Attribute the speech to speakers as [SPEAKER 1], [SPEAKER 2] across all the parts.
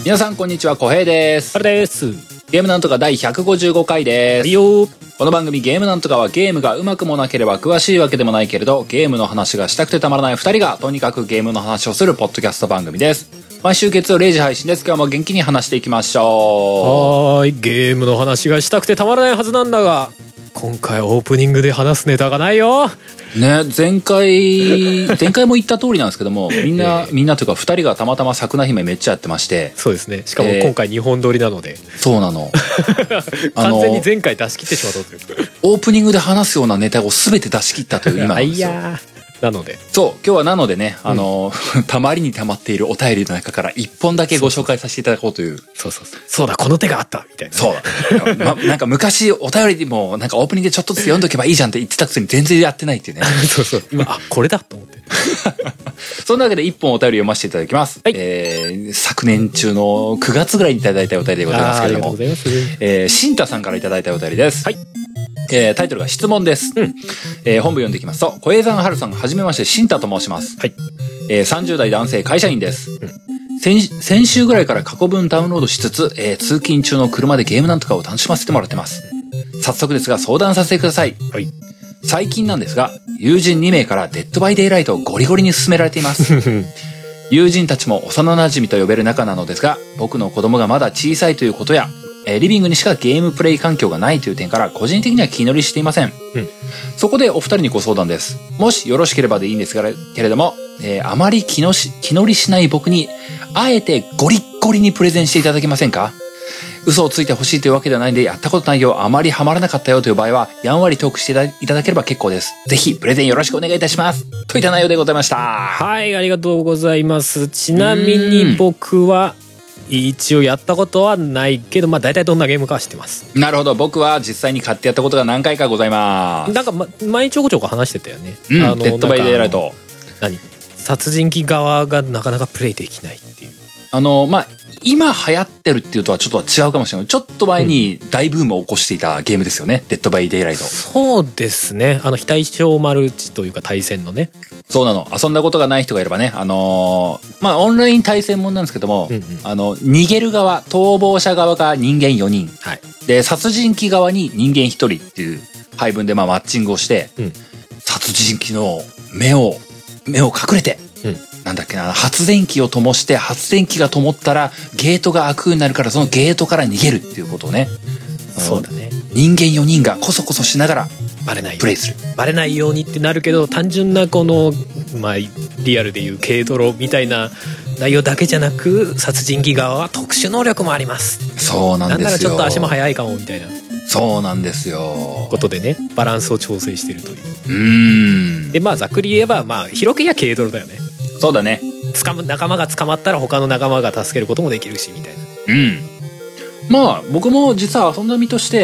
[SPEAKER 1] 皆さんこんにちは、小平です。
[SPEAKER 2] あれです。
[SPEAKER 1] ゲームなんとか第155回です。
[SPEAKER 2] はいよ。
[SPEAKER 1] この番組ゲームなんとかはゲームがうまくもなければ詳しいわけでもないけれど、ゲームの話がしたくてたまらない2人がとにかくゲームの話をするポッドキャスト番組です。毎週月曜0時配信です。今日も元気に話していきましょ
[SPEAKER 2] う。はーい、ゲームの話がしたくてたまらないはずなんだが、今回オープニングで話すネタがないよ
[SPEAKER 1] ね。前回も言った通りなんですけども、みんなというか2人がたまたま桜姫めっちゃやってまして。
[SPEAKER 2] そうですね。しかも今回2本撮りなので、
[SPEAKER 1] そうなの
[SPEAKER 2] 完全に前回出し切ってしまったという
[SPEAKER 1] オープニングで話すようなネタを全て出し切ったという今なんですよ。
[SPEAKER 2] いやなので
[SPEAKER 1] そう今日はなのでね、たまりにたまっているお便りの中から1本だけご紹介させていただこうという。
[SPEAKER 2] そうだこの手があったみたいな、
[SPEAKER 1] そうだ、なんか昔お便りでもなんかオープニングでちょっとずつ読んどけばいいじゃんって言ってたくせに全然やってないっていうね
[SPEAKER 2] そう今これだと思って
[SPEAKER 1] そんなわけで1本お便り読ませていただきます、
[SPEAKER 2] はい。
[SPEAKER 1] 昨年中の9月ぐらいにいただいたお便りでございますけれども、シンタさんからいただいたお便りです。はい。タイトルが質問です。本部読んでいきますと、小江山春さん、はじめまして、シンタと申します。はい。30代男性会社員です。先週ぐらいから過去分ダウンロードしつつ、通勤中の車でゲームなんとかを楽しませてもらってます。早速ですが相談させてください。はい。最近なんですが、友人2名からデッドバイデイライトをゴリゴリに勧められています。友人たちも幼馴染と呼べる仲なのですが、僕の子供がまだ小さいということや、リビングにしかゲームプレイ環境がないという点から個人的には気乗りしていません。そこでお二人にご相談です。もしよろしければでいいんですけれども、あまり気乗りしない僕に、あえてゴリッゴリにプレゼンしていただけませんか？嘘をついてほしいというわけではないんで、やったことないよ、あまりハマらなかったよという場合は、やんわりトークしていただければ結構です。ぜひプレゼンよろしくお願いいたします。といった内容でございました。
[SPEAKER 2] はい、ありがとうございます。ちなみに僕は一応やったことはないけど、まあ大体どんなゲームかは知ってます。
[SPEAKER 1] なるほど。僕は実際に買ってやったことが何回かございます。
[SPEAKER 2] なんか、前ちょこちょこ話してたよね。
[SPEAKER 1] デッドバイデイライト。
[SPEAKER 2] 殺人鬼側がなかなかプレイできないっていう。
[SPEAKER 1] 今流行ってるっていうとはちょっと違うかもしれない。ちょっと前に大ブームを起こしていたゲームですよね。デッドバイデイライト。
[SPEAKER 2] そうですね。非対称マルチというか対戦のね。
[SPEAKER 1] そうなの。遊んだことがない人がいればね、オンライン対戦もんなんですけども、逃げる側、逃亡者側が人間4人。はい。で、殺人鬼側に人間1人っていう配分でマッチングをして、殺人鬼の目を隠れて、なんだっけな、発電機を灯して、発電機が灯ったらゲートが開くようになるから、そのゲートから逃げるっていうことをね。
[SPEAKER 2] そうだね。
[SPEAKER 1] 人間4人がコソコソしながらプレイする。
[SPEAKER 2] バレないようにってなるけど、単純なこのリアルでいう軽泥みたいな内容だけじゃなく、殺人鬼側は特殊能力もあります。
[SPEAKER 1] そうなんですよ。
[SPEAKER 2] なんならちょっと足も速いかもみたいな。
[SPEAKER 1] そうなんですよ。
[SPEAKER 2] ことでね、バランスを調整しているという。でざっくり言えば広く言えば軽泥だよね。
[SPEAKER 1] そうだね。
[SPEAKER 2] 仲間が捕まったら他の仲間が助けることもできるしみたい
[SPEAKER 1] な。僕も実は遊んだ身として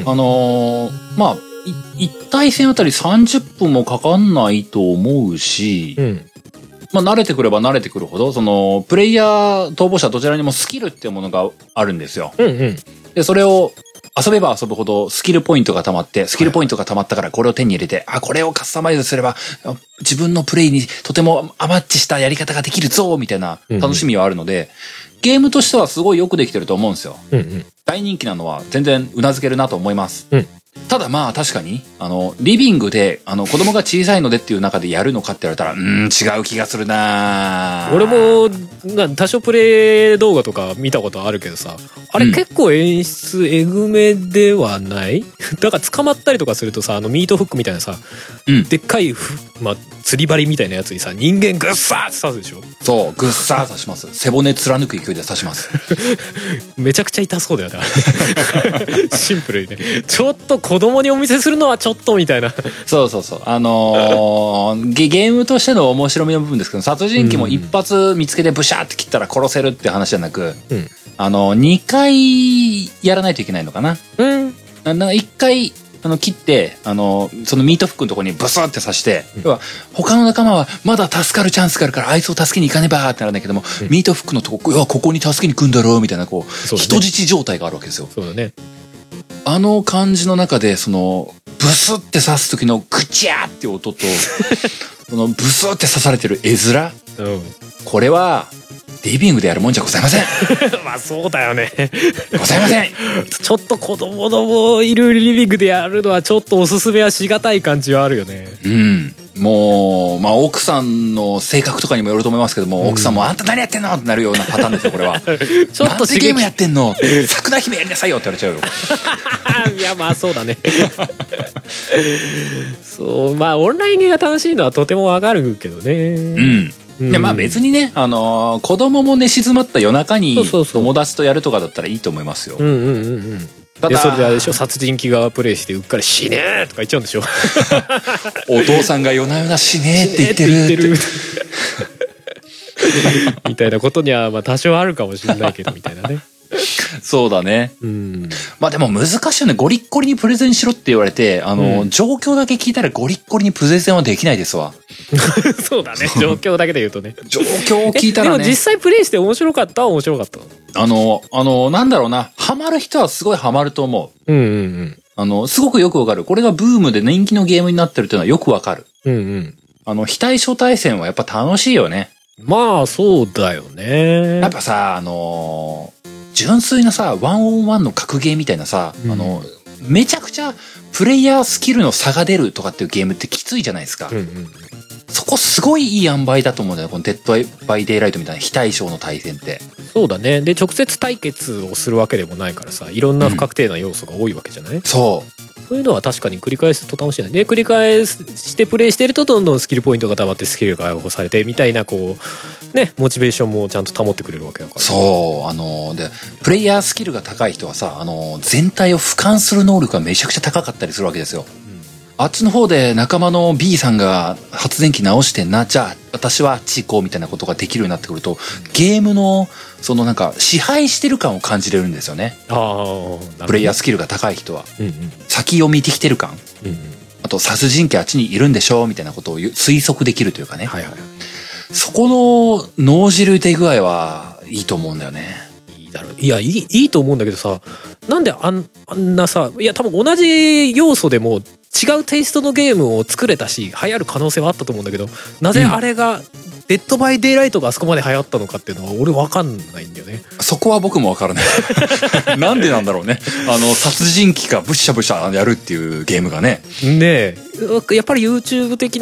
[SPEAKER 1] 、1対戦あたり30分もかかんないと思うし、慣れてくれば慣れてくるほど、プレイヤー、逃亡者どちらにもスキルっていうものがあるんですよ。で、それを遊べば遊ぶほどスキルポイントが溜まって、スキルポイントが溜まったからこれを手に入れて、これをカスタマイズすれば自分のプレイにとてもアマッチしたやり方ができるぞみたいな楽しみはあるので、ゲームとしてはすごいよくできてると思うんですよ。大人気なのは全然うなずけるなと思います。ただ確かに、リビングで、子供が小さいのでっていう中でやるのかって言われたら、違う気がするな。
[SPEAKER 2] 俺も、多少プレイ動画とか見たことあるけどさ、あれ結構演出えぐめではない？だから捕まったりとかするとさ、ミートフックみたいなさ、でっかい、釣り針みたいなやつにさ、人間グッサーって刺すでしょ？そう、
[SPEAKER 1] グッサー刺します。背骨貫く勢いで刺します。
[SPEAKER 2] めちゃくちゃ痛そうだよね。シンプルにね。ちょっと子供にお見せするのはちょっとみたいな。
[SPEAKER 1] そう。ゲームとしての面白みの部分ですけど、殺人鬼も一発見つけてブシャーって切ったら殺せるって話じゃなく、2回やらないといけないのかな。1回切って、そのミートフックのところにブスって刺して、要は他の仲間はまだ助かるチャンスがあるからあいつを助けに行かねばってなるんだけども、ミートフックのとこ、ここに助けに来んだろうみたいな人質状態があるわけですよ。
[SPEAKER 2] そうだね。
[SPEAKER 1] 感じの中でブスって刺す時のグチャーって音とそのブスって刺されてる絵面、これはリビングでやるもんじゃございません。
[SPEAKER 2] まあそうだよね。
[SPEAKER 1] ございません。
[SPEAKER 2] ちょっと子供のいるリビングでやるのはちょっとおすすめはしがたい感じはあるよね。
[SPEAKER 1] うん。もう、まあ奥さんの性格とかにもよると思いますけども、奥さんもあんた何やってんのってなるようなパターンですよ、これは。ちょっとゲームやってんの桜姫やりなさいよって言われちゃうよ。
[SPEAKER 2] いや、まあそうだね。そう、まあオンラインゲーが楽しいのはとてもわかるけどね。うん。
[SPEAKER 1] でまあ別にね、子供も寝静まった夜中に友達とやるとかだったらいいと思いますよ。
[SPEAKER 2] うんうんうんうん。でそれであれでしょ、殺人鬼がプレイしてうっかり死ねーとか言っちゃうんでしょ。
[SPEAKER 1] お父さんが夜な夜な死ねーって言ってる
[SPEAKER 2] みたいなことにはまあ多少あるかもしれないけどみたいなね。
[SPEAKER 1] そうだね。うん。まあでも難しいよね。ゴリッゴリにプレゼンしろって言われて、状況だけ聞いたらゴリッゴリにプレゼンはできないですわ。
[SPEAKER 2] そうだね。状況だけで言うとね。
[SPEAKER 1] 状況を聞いたらね。
[SPEAKER 2] でも実際プレイして面白かったは面白かった。
[SPEAKER 1] なんだろうな。ハマる人はすごいハマると思う。うんうんうん。すごくよくわかる。これがブームで人気のゲームになってるっていうのはよくわかる。うんうん。非対称対戦はやっぱ楽しいよね。
[SPEAKER 2] まあ、そうだよね。
[SPEAKER 1] やっぱさ、純粋なさ、ワンオンワンの格ゲーみたいなさ、めちゃくちゃプレイヤースキルの差が出るとかっていうゲームってきついじゃないですか。うんうん、そこすごいいい塩梅だと思うんだよ。このデッドバイデイライトみたいな非対称の対戦って。
[SPEAKER 2] そうだね。で、直接対決をするわけでもないからさ、いろんな不確定な要素が多いわけじゃない？
[SPEAKER 1] そう。
[SPEAKER 2] そういうのは確かに繰り返すと楽しいね。で、繰り返してプレイしてるとどんどんスキルポイントが溜まってスキルが解放されてみたいな、こう、ね、モチベーションもちゃんと保ってくれるわけだから。
[SPEAKER 1] そう。で、プレイヤースキルが高い人はさ、全体を俯瞰する能力がめちゃくちゃ高かったりするわけですよ。あっちの方で仲間の B さんが発電機直してんな、じゃあ私はあっち行こうみたいなことができるようになってくると、ゲームのそのなんか支配してる感を感じれるんですよね。プレイヤースキルが高い人は、うんうん、先を見てきてる感、うんうん、あと殺人鬼あっちにいるんでしょみたいなことを推測できるというかね、はいはい、そこの脳汁出具合はいいと思うんだよね。
[SPEAKER 2] いや、いいと思うんだけどさ、なんであんなさ、いや多分同じ要素でも違うテイストのゲームを作れたし流行る可能性はあったと思うんだけど、なぜあれがデッドバイデイライトがあそこまで流行ったのかっていうのは俺分かんないんだよね。
[SPEAKER 1] そこは僕も分からない。なんでなんだろうね。殺人鬼がブシャブシャやるっていうゲームがね。
[SPEAKER 2] ねえ、やっぱり YouTube 的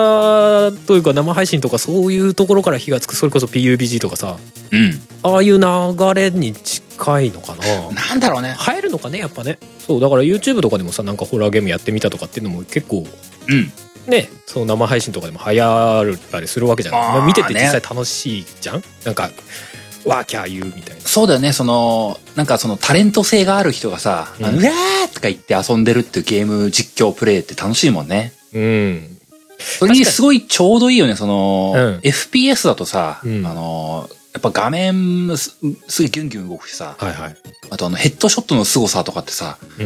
[SPEAKER 2] naというか生配信とかそういうところから火がつく、それこそ PUBG とかさ、うん、ああいう流れに近いのかな。
[SPEAKER 1] なんだろうね。
[SPEAKER 2] 流行るのかね、やっぱね。そうだから YouTube とかでもさ、なんかホラーゲームやってみたとかっていうのも結構、うん。ね、その生配信とかでも流行ったりするわけじゃない。まあ、見てて実際楽しいじゃん。なんかワーキャー言うみたいな。
[SPEAKER 1] そうだよね。なんかそのタレント性がある人がさ、うわーとか言って遊んでるっていうゲーム実況プレイって楽しいもんね。うん。それにすごいちょうどいいよね。FPS だとさ、やっぱ画面すげえギュンギュン動くしさ、はいはい、あとヘッドショットの凄さとかってさ、うん、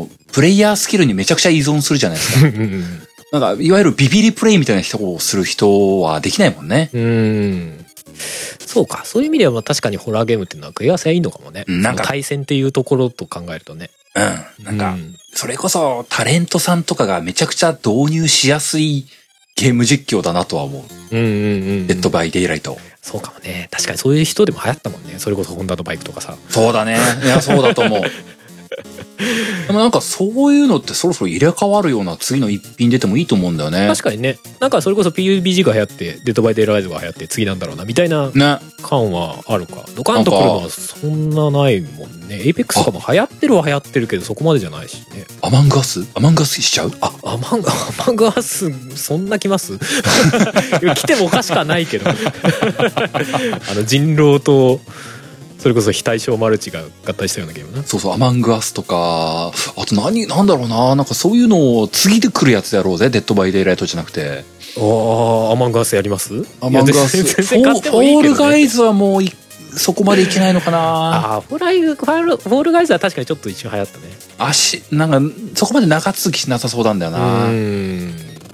[SPEAKER 1] プレイヤースキルにめちゃくちゃ依存するじゃないですか。なんかいわゆるビビリプレイみたいな人をする人はできないもんね。
[SPEAKER 2] そうか、そういう意味では確かにホラーゲームっていうのは食い合わせはいいのかもね。なんか対戦っていうところと考えるとね。
[SPEAKER 1] なんか、それこそタレントさんとかがめちゃくちゃ導入しやすいゲーム実況だなとは思う。デッドバイデイライト。
[SPEAKER 2] そうかもね。確かにそういう人でも流行ったもんね。それこそホンダのバイクとかさ。
[SPEAKER 1] そうだね。いや、そうだと思う。でもなんかそういうのってそろそろ入れ替わるような次の一品出てもいいと思うんだよね。
[SPEAKER 2] 確かにね。なんかそれこそ PUBG が流行ってデッドバイデイライトが流行って次なんだろうなみたいな感はあるか。ドカンとくるのはそんなないもんね。エイペックスとかも流行ってるは流行ってるけどそこまでじゃないしね。
[SPEAKER 1] アマンガスしちゃう？
[SPEAKER 2] アマンガスそんな来ます？来てもおかしくはないけど。人狼とそれこそ非対称マルチが合体したようなゲームな。
[SPEAKER 1] そうそう、アマングアスとか、あとなんだろうな、なんかそういうのを次で来るやつやろうぜ、デッドバイデイライトじゃなくて。
[SPEAKER 2] アマングアスやります？
[SPEAKER 1] アマングアス。フォールガイズはもうそこまでいけないのかな。
[SPEAKER 2] フォールガイズは確かにちょっと一瞬流行ったね。
[SPEAKER 1] なんかそこまで長続きしなさそうなんだよな。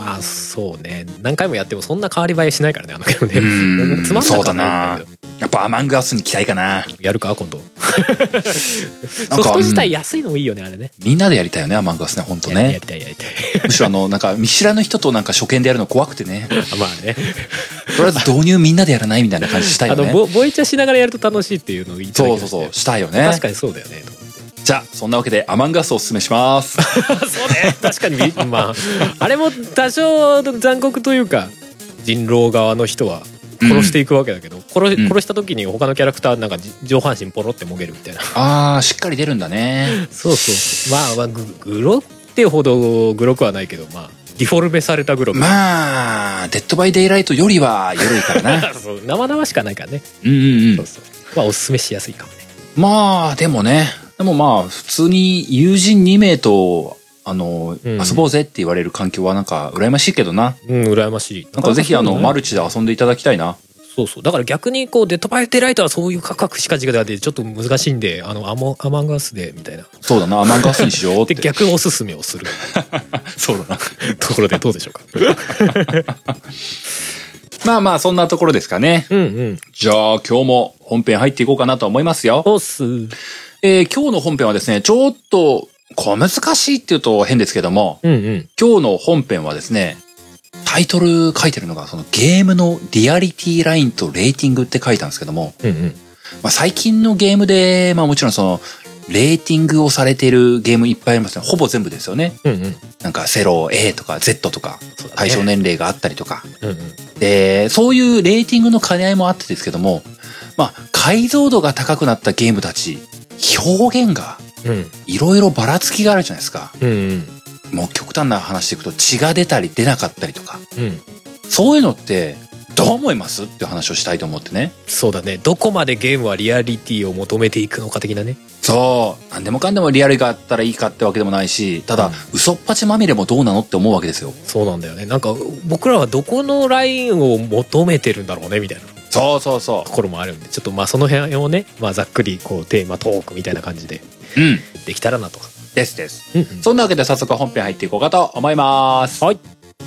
[SPEAKER 2] まあそうね、何回もやってもそんな変わり映えしないからね、あのゲームね。つまんな
[SPEAKER 1] そうだな。やっぱアマングアスに期待かな。
[SPEAKER 2] やるか今度。ソフト自体安いのもいいよね、あれね。
[SPEAKER 1] みんなでやりたいよね、アマングアスね、本当ね。
[SPEAKER 2] やりたい。
[SPEAKER 1] むしろなんか見知らぬ人となんか初見でやるの怖くてね。
[SPEAKER 2] まあね。
[SPEAKER 1] とりあえず導入みんなでやらないみたいな感じしたいよね。
[SPEAKER 2] ボイチャしながらやると楽しいっていうのを言いたいよね。
[SPEAKER 1] そうしたいよね。
[SPEAKER 2] 確かにそうだよね。
[SPEAKER 1] じゃあそんなわけでアマングアスをおすすめします。
[SPEAKER 2] そうね、確かにまああれも多少残酷というか、人狼側の人は殺していくわけだけど、殺した時に他のキャラクターなんか上半身ポロってもげるみたいな。
[SPEAKER 1] あー、しっかり出るんだね。
[SPEAKER 2] そうまあグロってほどグロくはないけど、まあディフォルメされたグロ。
[SPEAKER 1] まあデッドバイデイライトよりは緩いからな。
[SPEAKER 2] そう、生々しかないからね。そうまあおすすめしやすいかもね。
[SPEAKER 1] まあでもまあ普通に友人2名と遊ぼうぜって言われる環境はなんか羨ましいけどな。
[SPEAKER 2] 羨ましい。
[SPEAKER 1] なんかぜひマルチで遊んでいただきたいな。
[SPEAKER 2] そうだから逆にこうデッドバイデイライトはそういう価格しか違ってちょっと難しいんで、アマンガスでみたいな。
[SPEAKER 1] そうだな、アマンガスにしようって。
[SPEAKER 2] で逆おすすめをする。
[SPEAKER 1] そうだな。
[SPEAKER 2] ところでどうでしょうか。
[SPEAKER 1] まあそんなところですかね。じゃあ今日も本編入っていこうかなと思いますよ。今日の本編はですね、ちょっと小難しいっていうと変ですけども、今日の本編はですね、タイトル書いてるのがそのゲームのリアリティラインとレーティングって書いたんですけども、まあ最近のゲームでまあもちろんそのレーティングをされているゲームいっぱいありますね。ほぼ全部ですよね。なんか0、A とか Z とか対象年齢があったりとか、でそういうレーティングの兼ね合いもあってですけども、まあ解像度が高くなったゲームたち、表現がいろいろばらつきがあるじゃないですか。もう極端な話でいくと血が出たり出なかったりとか、そういうのってどう思いますっていう話をしたいと思ってね。
[SPEAKER 2] そうだね、どこまでゲームはリアリティを求めていくのか的なね。
[SPEAKER 1] そう何でもかんでもリアルがあったらいいかってわけでもないし、ただ、嘘っぱちまみれもどうなのって思うわけですよ。
[SPEAKER 2] そうなんだよね。なんか僕らはどこのラインを求めてるんだろうねみたいな
[SPEAKER 1] と
[SPEAKER 2] ころもあるんで、ちょっとまあその辺をね、まあざっくりこうテーマトークみたいな感じでできたらなと。
[SPEAKER 1] です。そんなわけで早速本編入っていこうかと思います。はい。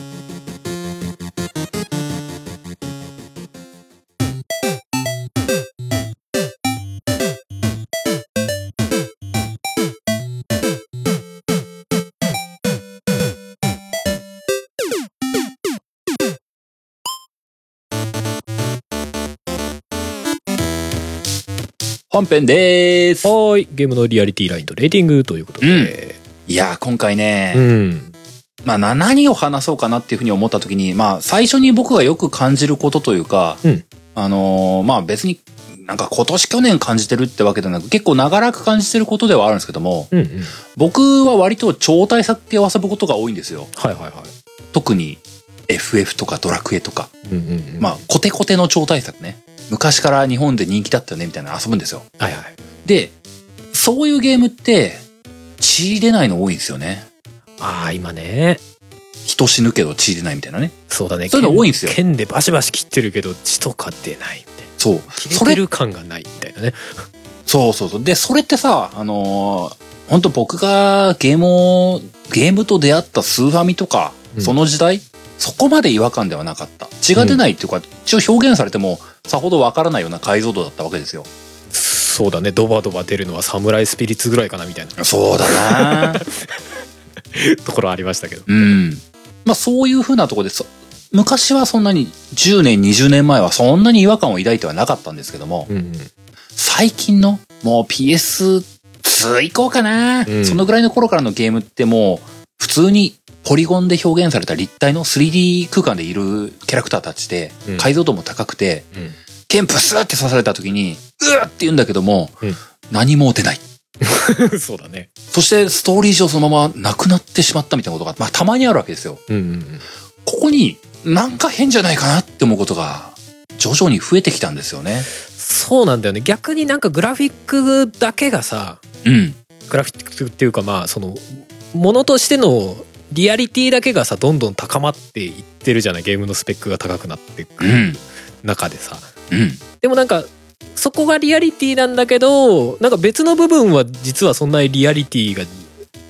[SPEAKER 1] 本編でーす。
[SPEAKER 2] はい。ゲームのリアリティラインとレーティングということで、
[SPEAKER 1] いや今回ね、まあ何を話そうかなっていうふうに思った時に、まあ最初に僕がよく感じることというか、まあ別になんか今年去年感じてるってわけではなく、結構長らく感じてることではあるんですけども、僕は割と超大作系を遊ぶことが多いんですよ。特に FF とかドラクエとか、まあコテコテの超大作ね。昔から日本で人気だったよねみたいなの遊ぶんですよ。で、そういうゲームって血出ないの多いんですよね。
[SPEAKER 2] 今ね。
[SPEAKER 1] 人死ぬけど血出ないみたいなね。
[SPEAKER 2] そうだね。
[SPEAKER 1] そういうの多いんですよ。
[SPEAKER 2] 剣でバシバシ切ってるけど血とか出ないみたいな。
[SPEAKER 1] そう。
[SPEAKER 2] 切れてる感がないみたいなね。
[SPEAKER 1] そう。で、それってさ、本当僕がゲームと出会ったスーファミとか、その時代、そこまで違和感ではなかった。血が出ないっていうか、血を表現されてもさほどわからないような解像度だったわけですよ。
[SPEAKER 2] そうだね。ドバドバ出るのはサムライスピリッツぐらいかなみたいな。
[SPEAKER 1] そうだな
[SPEAKER 2] ところありましたけど。
[SPEAKER 1] まあそういう風なところで、昔はそんなに10年20年前はそんなに違和感を抱いてはなかったんですけども、最近のもう PS2 以降かな、そのぐらいの頃からのゲームってもう普通にポリゴンで表現された立体の 3D 空間でいるキャラクターたちで、解像度も高くて、剣プスって刺された時にうーって言うんだけども、何も出ない。
[SPEAKER 2] そうだね。
[SPEAKER 1] そしてストーリー上そのままなくなってしまったみたいなことが、まあたまにあるわけですよ。ここになんか変じゃないかなって思うことが徐々に増えてきたんですよね。
[SPEAKER 2] そうなんだよね。逆になんかグラフィックだけがさ、グラフィックっていうかまあそのものとしてのリアリティだけがさどんどん高まっていってるじゃない。ゲームのスペックが高くなっていく中でさ、でもなんかそこがリアリティなんだけど、なんか別の部分は実はそんなにリアリティが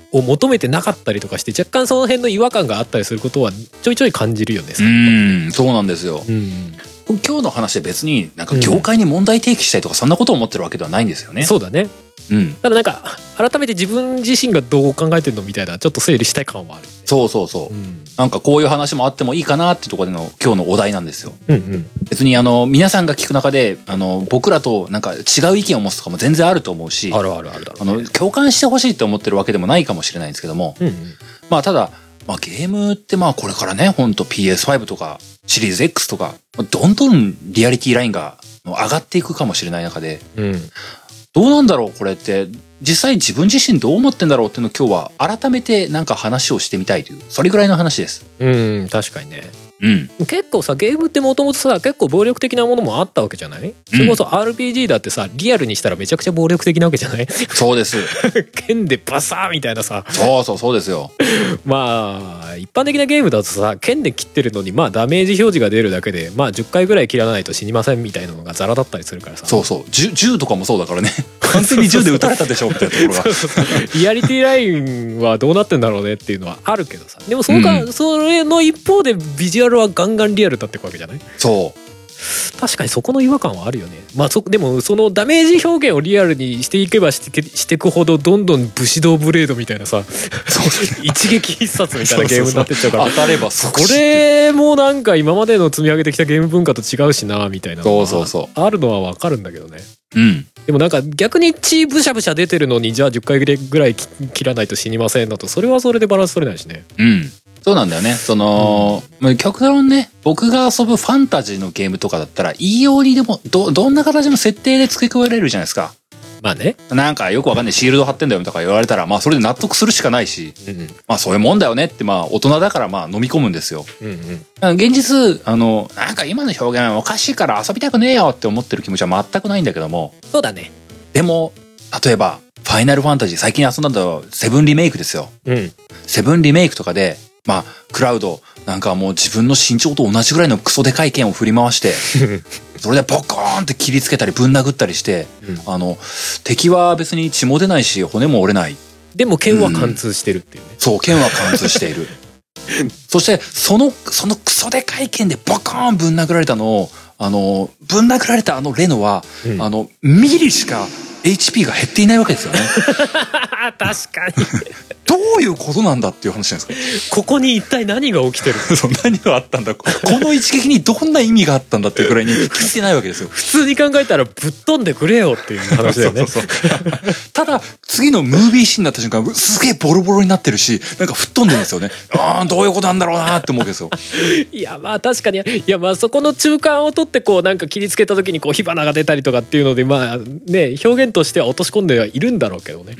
[SPEAKER 2] を求めてなかったりとかして、若干その辺の違和感があったりすることはちょいちょい感じるよね。
[SPEAKER 1] そうなんですよ。今日の話で別になんか業界に問題提起したいとかそんなことを思ってるわけではないんですよね。
[SPEAKER 2] そうだね。ただなんか改めて自分自身がどう考えてるのみたいなちょっと整理したい感はある。
[SPEAKER 1] そうそうそう。なんかこういう話もあってもいいかなってところでの今日のお題なんですよ。別に皆さんが聞く中で僕らとなんか違う意見を持つとかも全然あると思うし、
[SPEAKER 2] あるだろうね。
[SPEAKER 1] 共感してほしいって思ってるわけでもないかもしれないんですけども、まあただゲームってこれからね、ほんと PS5 とかシリーズ X とかどんどんリアリティラインが上がっていくかもしれない中で、どうなんだろうこれって、実際自分自身どう思ってんだろうっていうのを今日は改めてなんか話をしてみたいという、それぐらいの話です。
[SPEAKER 2] 確かにね。結構さ、ゲームってもともとさ、結構暴力的なものもあったわけじゃない？それこそ RPG だってさ、リアルにしたらめちゃくちゃ暴力的なわけじゃない？
[SPEAKER 1] そうです。
[SPEAKER 2] 剣でバサーみたいなさ。
[SPEAKER 1] そうですよ。
[SPEAKER 2] まあ一般的なゲームだとさ、剣で切ってるのにダメージ表示が出るだけで10回ぐらい切らないと死にませんみたいなのがザラだったりするからさ。
[SPEAKER 1] 銃とかもそうだからね。完全に銃で撃たれたでしょみたいなところが。
[SPEAKER 2] リアリティラインはどうなってんだろうねっていうのはあるけどさ。でもそれの一方でビジュアルはガンガンリアルだってくわけじゃない？そう。確かにそこの違和感はあるよね。でもそのダメージ表現をリアルにしていけばしていくほどどんどん武士道ブレードみたいなさ、一撃必殺みたいなゲームになってっちゃうから、当たればこれもなんか今までの積み上げてきたゲーム文化と違うしなみたいなのがあるのはわかるんだけどね。でもなんか逆に血ブシャブシャ出てるのにじゃあ10回ぐらい切らないと死にませんだと、それはそれでバランス取れないしね。そうなんだよね。極論ね、僕が遊ぶファンタジーのゲームとかだったら、いいようにでも、どんな形の設定で付け加えられるじゃないですか。まあね。なんかよくわかんないシールド貼ってんだよとか言われたら、それで納得するしかないし、そういうもんだよねって、大人だから飲み込むんですよ。現実、なんか今の表現はおかしいから遊びたくねえよって思ってる気持ちは全くないんだけども。そうだね。でも、例えば、ファイナルファンタジー最近遊んだんだよ、セブンリメイクですよ。セブンリメイクとかで、クラウドなんかもう自分の身長と同じぐらいのクソでかい剣を振り回してそれでポコーンって切りつけたりぶん殴ったりして、敵は別に血も出ないし骨も折れない。でも剣は貫通してるっていうね。そう、剣は貫通している。そしてそのクソでかい剣でボコーンぶん殴られたのをぶん殴られたレノは、ミリしかHP が減っていないわけですよね。確かに。どういうことなんだっていう話なんですか。ここに一体何が起きてるそう、何があったんだ、この一撃にどんな意味があったんだっていうくらいに聞いてないわけですよ。普通に考えたらぶっ飛んでくれよっていう話だよね。ただ次のムービーシーンになった瞬間すげえボロボロになってるし、なんか吹っ飛んでるんですよね。どういうことなんだろうなって思うわけですよ。いや確かに、いやそこの中間を取ってなんか切りつけた時に火花が出たりとかっていうのでね、表現としては落とし込んではいるんだろうけどね。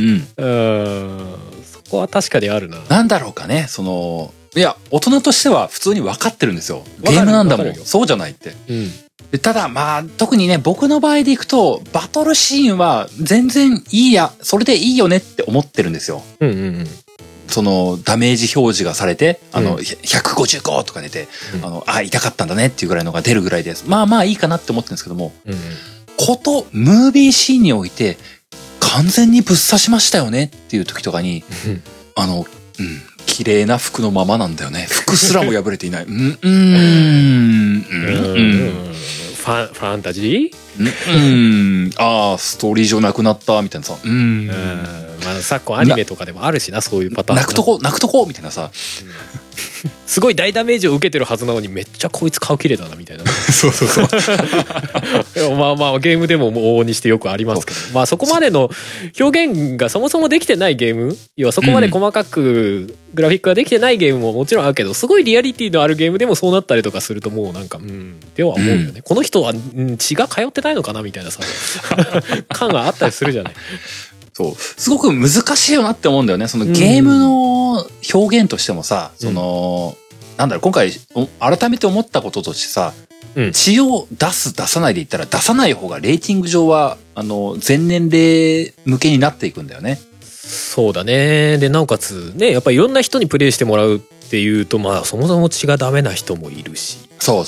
[SPEAKER 2] そこは確かにあるな。なんだろうかね、いや大人としては普通に分かってるんですよ。ゲームなんだもん、そうじゃないって。でただ特にね、僕の場合でいくとバトルシーンは全然いいや、それでいいよねって思ってるんですよ。ダメージ表示がされて155とか出て、痛かったんだねっていうぐらいのが出るぐらいです。いいかなって思ってるんですけども、ムービーシーンにおいて完全にぶっ刺しましたよねっていう時とかに綺麗な服のままなんだよね。服すらも破れていない。ファンタジー？ストーリー上なくなったみたいなさ。昨今アニメとかでもあるしな、そういうパターン。泣くとこみたいなさ。すごい大ダメージを受けてるはずなのにめっちゃこいつ顔綺麗だなみたいな。そうゲームでも往々にしてよくありますけど、そこまでの表現がそもそもできてないゲーム、要はそこまで細かくグラフィックができてないゲームももちろんあるけど、すごいリアリティのあるゲームでもそうなったりとかすると、もうなんかでは思うよね。この人は血が通ってないのかなみたいなさ感があったりするじゃない。そうすごく難しいよなって思うんだよね。ゲームの表現としてもさ、なんだろう、今回改めて思ったこととしてさ、血を出さないで言ったら、出さない方がレーティング上は全年齢向けになっていくんだよね。そうだね。でなおかつね、やっぱりいろんな人にプレイしてもらうっていうと、そもそも血がダメな人もいるし、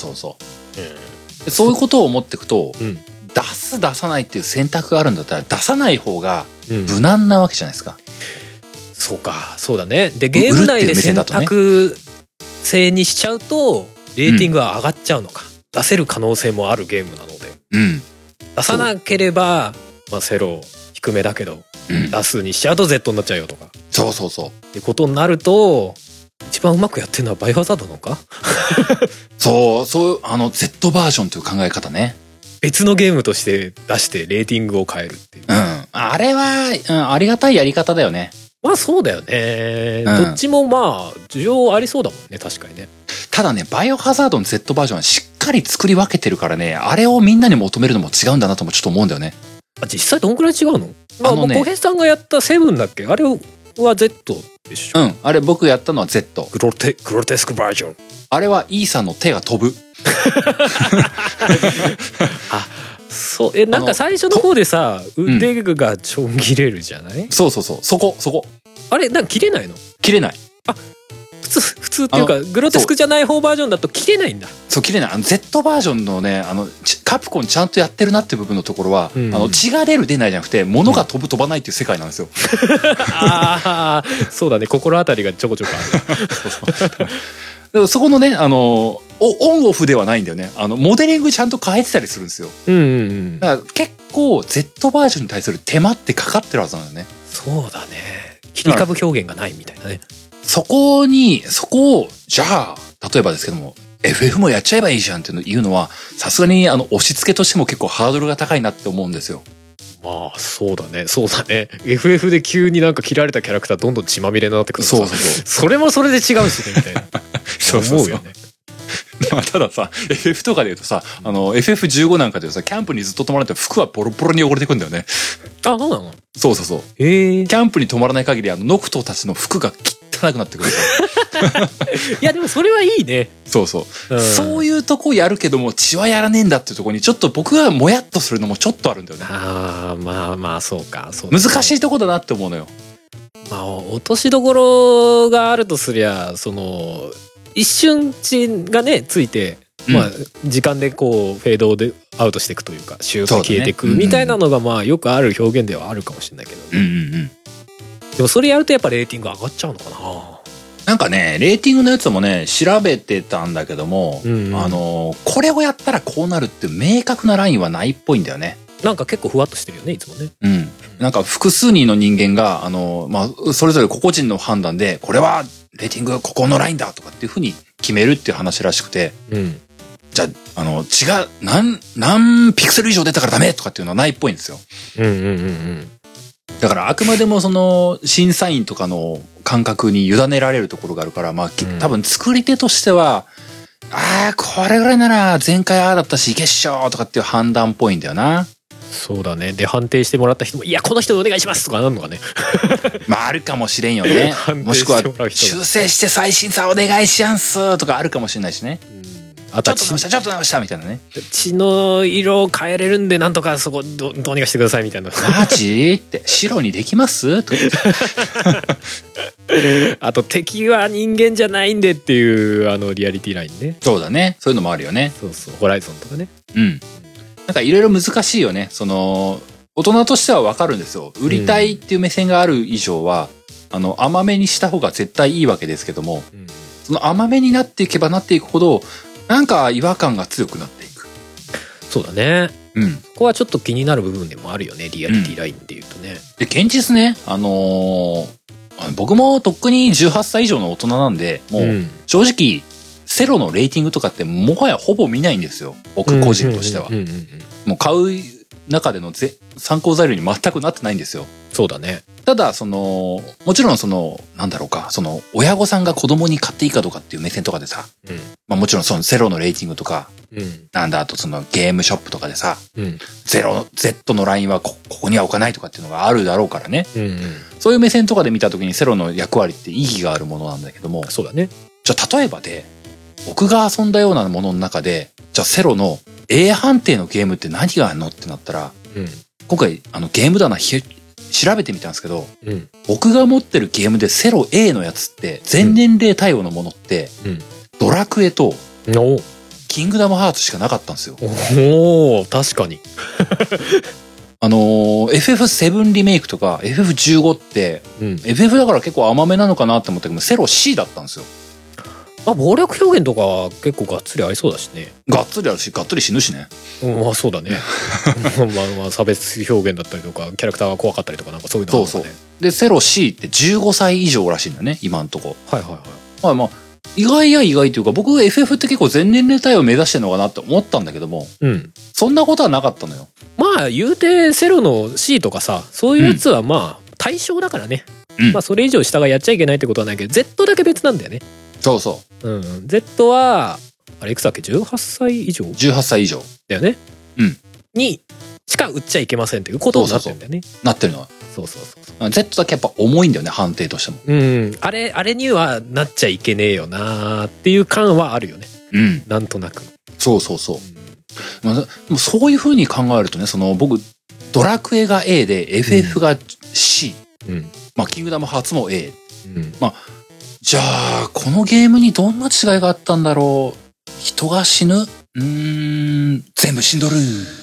[SPEAKER 2] そういうことを思っていくと、出さないっていう選択があるんだったら出さない方が無難なわけじゃないですか。 そうか、そうだね。でゲーム内で選択制にしちゃうとレーティングは上がっちゃうのか、出せる可能性もあるゲームなので、出さなければ、まあ、セロ低めだけど、出すにしちゃうと Z になっちゃうよとか、
[SPEAKER 1] そうそうそう
[SPEAKER 2] ってことになると、一番うまくやってるのはバイオハザードなのか
[SPEAKER 1] そうZ バージョンという考え方ね。
[SPEAKER 2] 別のゲームとして出してレーティングを変えるっていう、
[SPEAKER 1] あれは、ありがたいやり方だよね。
[SPEAKER 2] まあそうだよね、どっちもまあ需要ありそうだもんね、確かにね。
[SPEAKER 1] ただね、バイオハザードの Z バージョンはしっかり作り分けてるからね、あれをみんなに求めるのも違うんだなともちょっと思うんだよね。
[SPEAKER 2] 実際どんくらい違うの？小平さんがやったセブンだっけ、あれは Z でしょ。
[SPEAKER 1] あれ僕やったのは Z。
[SPEAKER 2] グロテスクバージョン。
[SPEAKER 1] あれはイーサの手が飛ぶ
[SPEAKER 2] あ、そうなんか最初の方でさ、腕がちょん切れるじゃない？
[SPEAKER 1] そうそこ
[SPEAKER 2] あれなんか切れないの？
[SPEAKER 1] 切れない。
[SPEAKER 2] あ、普通っていうかグロテスクじゃない方バージョンだと切れないんだ。
[SPEAKER 1] そう、切れない。Z バージョンのね、カプコンちゃんとやってるなって部分のところは、血が出る出ないじゃなくて物が飛ぶ飛ばないっていう世界なんですよ。
[SPEAKER 2] ああ、そうだね、心当たりがちょこちょこある。
[SPEAKER 1] でもそこのね、オンオフではないんだよね。モデリングちゃんと変えてたりするんですよ。だから結構 Z バージョンに対する手間ってかかってるはずなんだよね。
[SPEAKER 2] そうだね。切り株表現がないみたいなね。
[SPEAKER 1] そこを、じゃあ、例えばですけども、FF もやっちゃえばいいじゃんっていうのは、さすがに押し付けとしても結構ハードルが高いなって思うんですよ。
[SPEAKER 2] まあ、そうだね。FF で急になんか切られたキャラクターどんどん血まみれになってくる。そう。それもそれで違うしね、みたいな。そう思うよね。
[SPEAKER 1] まあ、たださ、FF とかで言うとさ、FF15 なんかでさ、キャンプにずっと泊まらないと服はボロボロに汚れてくんだよね。あ、そうなの？そう。キャンプに泊まらない限り、ノクトたちの服が汚くなってくる。
[SPEAKER 2] いや、でもそれはいいね。
[SPEAKER 1] そう。そういうとこやるけども、血はやらねえんだっていうところに、ちょっと僕がもやっとするのもちょっとあるんだよね。
[SPEAKER 2] ああ、まあ、そうか。
[SPEAKER 1] 難しいとこだなって思うのよ。
[SPEAKER 2] まあ、落としどころがあるとすりゃ、一瞬血がねついて、まあ時間でこうフェードでアウトしていくというか、シューッと消えていくみたいなのが、まあよくある表現ではあるかもしれないけど、でもそれやるとやっぱレーティング上がっちゃうのかな。
[SPEAKER 1] なんかね、レーティングのやつもね調べてたんだけども、これをやったらこうなるって明確なラインはないっぽいんだよね。
[SPEAKER 2] なんか結構ふわっとしてるよね、いつもね。
[SPEAKER 1] なんか複数人の人間がまあそれぞれ個々人の判断で、これはレーティングここのラインだとかっていう風に決めるっていう話らしくて、じゃあ血が何ピクセル以上出たからダメとかっていうのはないっぽいんですよ。だからあくまでもその審査員とかの感覚に委ねられるところがあるから、まあ多分作り手としては、これぐらいなら前回だったしいけっしょとかっていう判断っぽいんだよな。
[SPEAKER 2] そうだね。で判定してもらった人も、いやこの人でお願いしますとかなんのかね。
[SPEAKER 1] まああるかもしれんよね。もしくは修正して再審査お願いしやんすとかあるかもしれないしね。ちょっと直したみたいなね。
[SPEAKER 2] 血の色を変えれるんでなんとかそこどうにかしてくださいみたいな。
[SPEAKER 1] マジって白にできますとか。
[SPEAKER 2] あと敵は人間じゃないんでっていうリアリティラインね。
[SPEAKER 1] そうだね。そういうのもあるよね。
[SPEAKER 2] そうホライゾンとかね。
[SPEAKER 1] なんかいろいろ難しいよね。大人としてはわかるんですよ。売りたいっていう目線がある以上は、甘めにした方が絶対いいわけですけども、その甘めになっていけばなっていくほど、なんか違和感が強くなっていく。
[SPEAKER 2] そうだね。そこはちょっと気になる部分でもあるよね。リアリティラインで言うとね。で、現実ね、僕もとっくに18歳以上の大人なんで、もう正直、セロのレーティングとかってもはやほぼ見ないんですよ。僕個人としては。もう買う中での参考材料に全くなってないんですよ。 そうだね。
[SPEAKER 1] ただ、もちろんなんだろうか、親御さんが子供に買っていいかどうかっていう目線とかでさ、まあもちろんセロのレーティングとか、なんだ、あとゲームショップとかでさ、Z のラインはここには置かないとかっていうのがあるだろうからね。そういう目線とかで見た時にセロの役割って意義があるものなんだけども、
[SPEAKER 2] そうだね。
[SPEAKER 1] じゃあ例えばで、僕が遊んだようなものの中で、じゃあセロの A 判定のゲームって何があるのってなったら、今回ゲーム棚調べてみたんですけど、僕が持ってるゲームでセロ A のやつって全年齢対応のものって、ドラクエとキングダムハーツしかなかったんですよ。
[SPEAKER 2] おお、確かに。
[SPEAKER 1] FF7 リメイクとか FF15 って、FF だから結構甘めなのかなって思ったけど、セロ C だったんですよ。
[SPEAKER 2] 暴力表現とか結構がっつりありそうだしね。
[SPEAKER 1] がっつりあるし、がっつり死ぬしね。
[SPEAKER 2] まあそうだね。まあ差別表現だったりとか、キャラクターが怖かったりとか、なんかそういうのがあるからね。
[SPEAKER 1] そう。で、セロ C って15歳以上らしいんだよね、今んとこ。
[SPEAKER 2] はい。
[SPEAKER 1] まあ、意外というか、僕 FF って結構全年齢対応を目指してるのかなって思ったんだけども、そんなことはなかったのよ。
[SPEAKER 2] まあ言うてセロの C とかさ、そういうやつはまあ対象だからね。まあそれ以上下がやっちゃいけないってことはないけど、Z だけ別なんだよね。
[SPEAKER 1] そう。
[SPEAKER 2] Z はあれいくつだっけ、18歳以上
[SPEAKER 1] 18歳以上
[SPEAKER 2] だよね。にしか売っちゃいけませんということになってるんだよね。
[SPEAKER 1] なってるのは。
[SPEAKER 2] そう。
[SPEAKER 1] Z だけやっぱ重いんだよね、判定としても。
[SPEAKER 2] あれにはなっちゃいけねえよなっていう感はあるよね。なんとなく。
[SPEAKER 1] そう。そういう風に考えるとね、僕ドラクエが A で FF が C、まあキングダムハーツも A、まあじゃあこのゲームにどんな違いがあったんだろう。人が死ぬ、全部死んどる。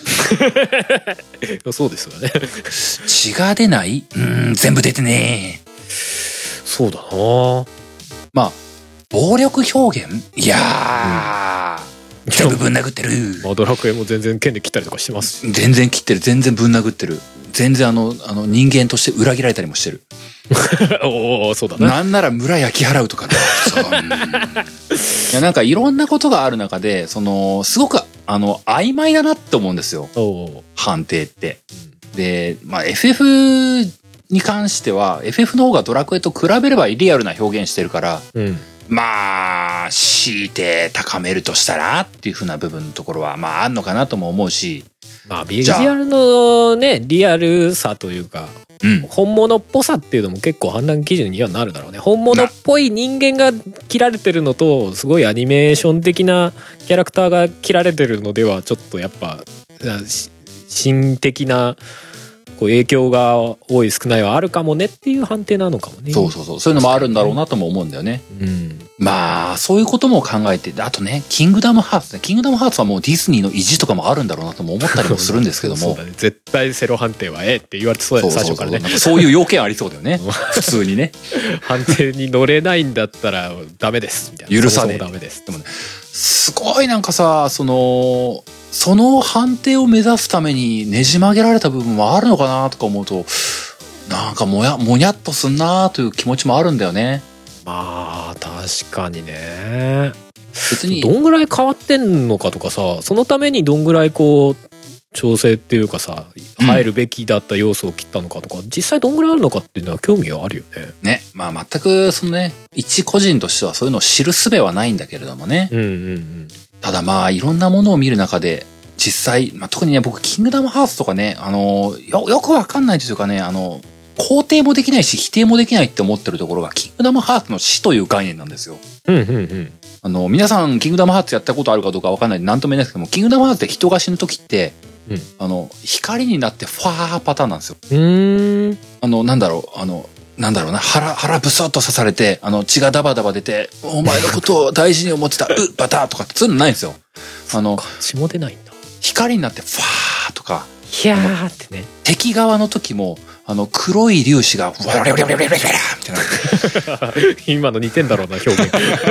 [SPEAKER 2] そうですよね。
[SPEAKER 1] 血が出ない、全部出てねえ。
[SPEAKER 2] そうだな。
[SPEAKER 1] まあ暴力表現、いやー、全部ぶん殴ってる。
[SPEAKER 2] ドラクエも全然剣で切ったりとかしてますし。
[SPEAKER 1] 全然切ってる、全然ぶん殴ってる。全然人間として裏切られたりもしてる。
[SPEAKER 2] おお、そうだな。
[SPEAKER 1] なんなら村焼き払うとかね。いや、なんかいろんなことがある中で、すごく曖昧だなって思うんですよ。判定って。で、まあ FF に関しては FF の方がドラクエと比べればリアルな表現してるから、まあ強いて高めるとしたらっていう風な部分のところはまああんのかなとも思うし、
[SPEAKER 2] まあビジュアルのねリアルさというか、本物っぽさっていうのも結構判断基準にはなるだろうね。本物っぽい人間が切られてるのとすごいアニメーション的なキャラクターが切られてるのではちょっとやっぱ心的なこう影響が多い少ないはあるかもねっていう判定なのかもね。そう
[SPEAKER 1] いうのもあるんだろうなとも思うんだよね。まあそういうことも考えて、あとねキングダムハーツね、キングダムハーツはもうディズニーの意地とかもあるんだろうなとも思ったりもするんですけども。
[SPEAKER 2] そうだね、絶対セロ判定はって言われてそうだね、最初からね。
[SPEAKER 1] なんかそういう要件ありそうだよね。普通にね。
[SPEAKER 2] 判定に乗れないんだったらダメですみたいな。
[SPEAKER 1] 許さねえ。
[SPEAKER 2] ダメです。
[SPEAKER 1] でもね、すごいなんかさ、その判定を目指すためにねじ曲げられた部分もあるのかなとか思うと、なんかもやっとすんなという気持ちもあるんだよね。
[SPEAKER 2] まあ確かにね。
[SPEAKER 1] 別に
[SPEAKER 2] どんぐらい変わってんのかとかさ、そのためにどんぐらいこう調整っていうかさ、入るべきだった要素を切ったのかとか、実際どんぐらいあるのかっていうのは興味はあるよね。
[SPEAKER 1] ね、まあ全く一個人としてはそういうのを知る術はないんだけれどもね。ただまあいろんなものを見る中で実際、まあ、特にね僕キングダムハーツとかね、よくわかんないというかね、肯定もできないし否定もできないって思ってるところがキングダムハーツの死という概念なんですよ。皆さんキングダムハーツやったことあるかどうかわかんないんで何とも言えないですけども、キングダムハーツで人が死ぬ時って、光になってファーパターンなんですよ。なんだろうな、腹ブスッと刺されて、血がダバダバ出て、お前のことを大事に思ってた、バターとかってそういうのないんですよ。
[SPEAKER 2] 血も出ないんだ。
[SPEAKER 1] 光になってファーとか、
[SPEAKER 2] ヒャーってね。
[SPEAKER 1] 敵側の時も、黒い粒子が、ワラララララララみたいな。
[SPEAKER 2] 今の似てんだろうな、表現。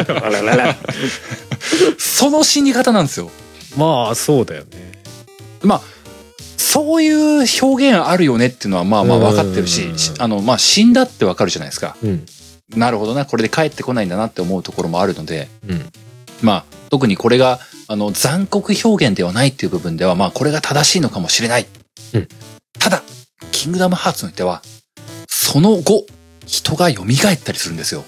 [SPEAKER 1] その死に方なんですよ。
[SPEAKER 2] まあ、そうだよね。
[SPEAKER 1] まあ、そういう表現あるよねっていうのはまあまあ分かってるし、まあ死んだって分かるじゃないですか。なるほどな、これで帰ってこないんだなって思うところもあるので、まあ特にこれが残酷表現ではないっていう部分ではまあこれが正しいのかもしれない。ただキングダムハーツにおいてはその後人が蘇ったりするんですよ。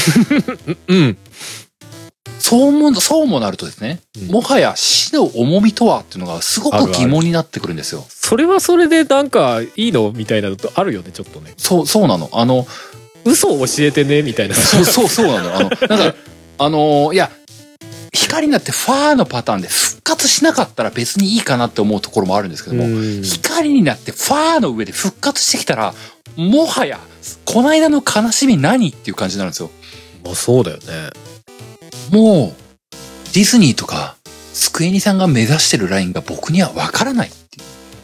[SPEAKER 1] そうもなるとですね、もはや死の重みとはっていうのがすごく疑問になってくるんですよ。そ
[SPEAKER 2] れはそれでなんかいいのみたいなのとあるよね、ちょっとね。
[SPEAKER 1] そうなの。
[SPEAKER 2] 嘘を教えてねみたいな。
[SPEAKER 1] そうなの。なんかいや光になってファーのパターンで復活しなかったら別にいいかなって思うところもあるんですけども、光になってファーの上で復活してきたらもはやこの間の悲しみ何っていう感じになるんですよ。
[SPEAKER 2] まあそうだよね。
[SPEAKER 1] もうディズニーとかスクエニさんが目指してるラインが僕には分からないっていう。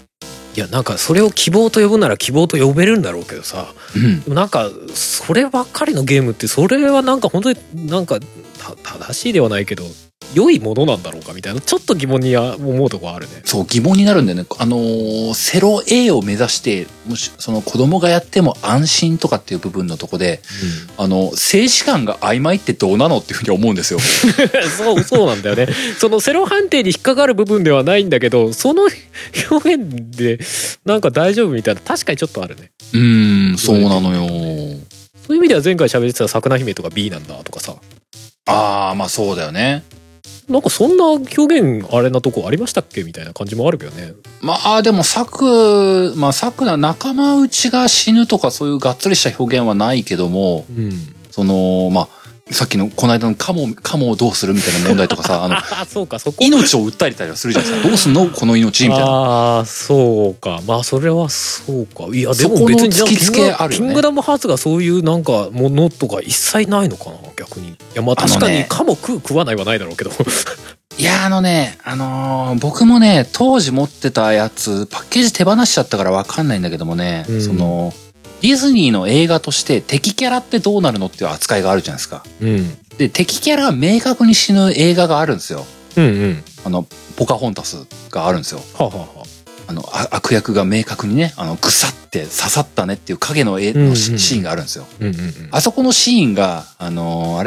[SPEAKER 2] いやなんかそれを希望と呼ぶなら希望と呼べるんだろうけどさ、でもなんかそればっかりのゲームってそれはなんか本当になんか正しいではないけど良いものなんだろうかみたいなちょっと疑問に思うとこはあるね。
[SPEAKER 1] そう疑問になるんだよね。セロ A を目指してもしその子供がやっても安心とかっていう部分のとこで、静止感が曖昧ってどうなのっていうふうに思うんですよ。
[SPEAKER 2] そうなんだよね。そのセロ判定に引っかかる部分ではないんだけどその表現でなんか大丈夫みたいな確かにちょっとあるね。 そうなのよ。そういう意味では前回喋ってた桜姫とか B なんだとかさ。
[SPEAKER 1] まあそうだよね。
[SPEAKER 2] なんかそんな表現あれなとこありましたっけみたいな感じもあるけどね。
[SPEAKER 1] でも作の仲間内が死ぬとかそういうがっつりした表現はないけども、さっきのこの間のカモをどうするみたいな問題とかさ
[SPEAKER 2] そうかそこ
[SPEAKER 1] 命を訴えたりはするじゃないですか。どうすんのこの命みたいな。
[SPEAKER 2] そうかそれはそうか。いやでも別に
[SPEAKER 1] 突きつけあるよね。
[SPEAKER 2] キングダムハーツがそういうなんかものとか一切ないのかな逆に。いや確かにカモ食わないはないだろうけど。
[SPEAKER 1] いや僕もね当時持ってたやつパッケージ手放しちゃったから分かんないんだけどもね、ディズニーの映画として敵キャラってどうなるのっていう扱いがあるじゃないですか。で敵キャラが明確に死ぬ映画があるんですよ。ポカホンタスがあるんですよ。悪役が明確にねぐさって刺さったねっていう影の絵のシーンがあるんですよ。あそこのシーンがあれ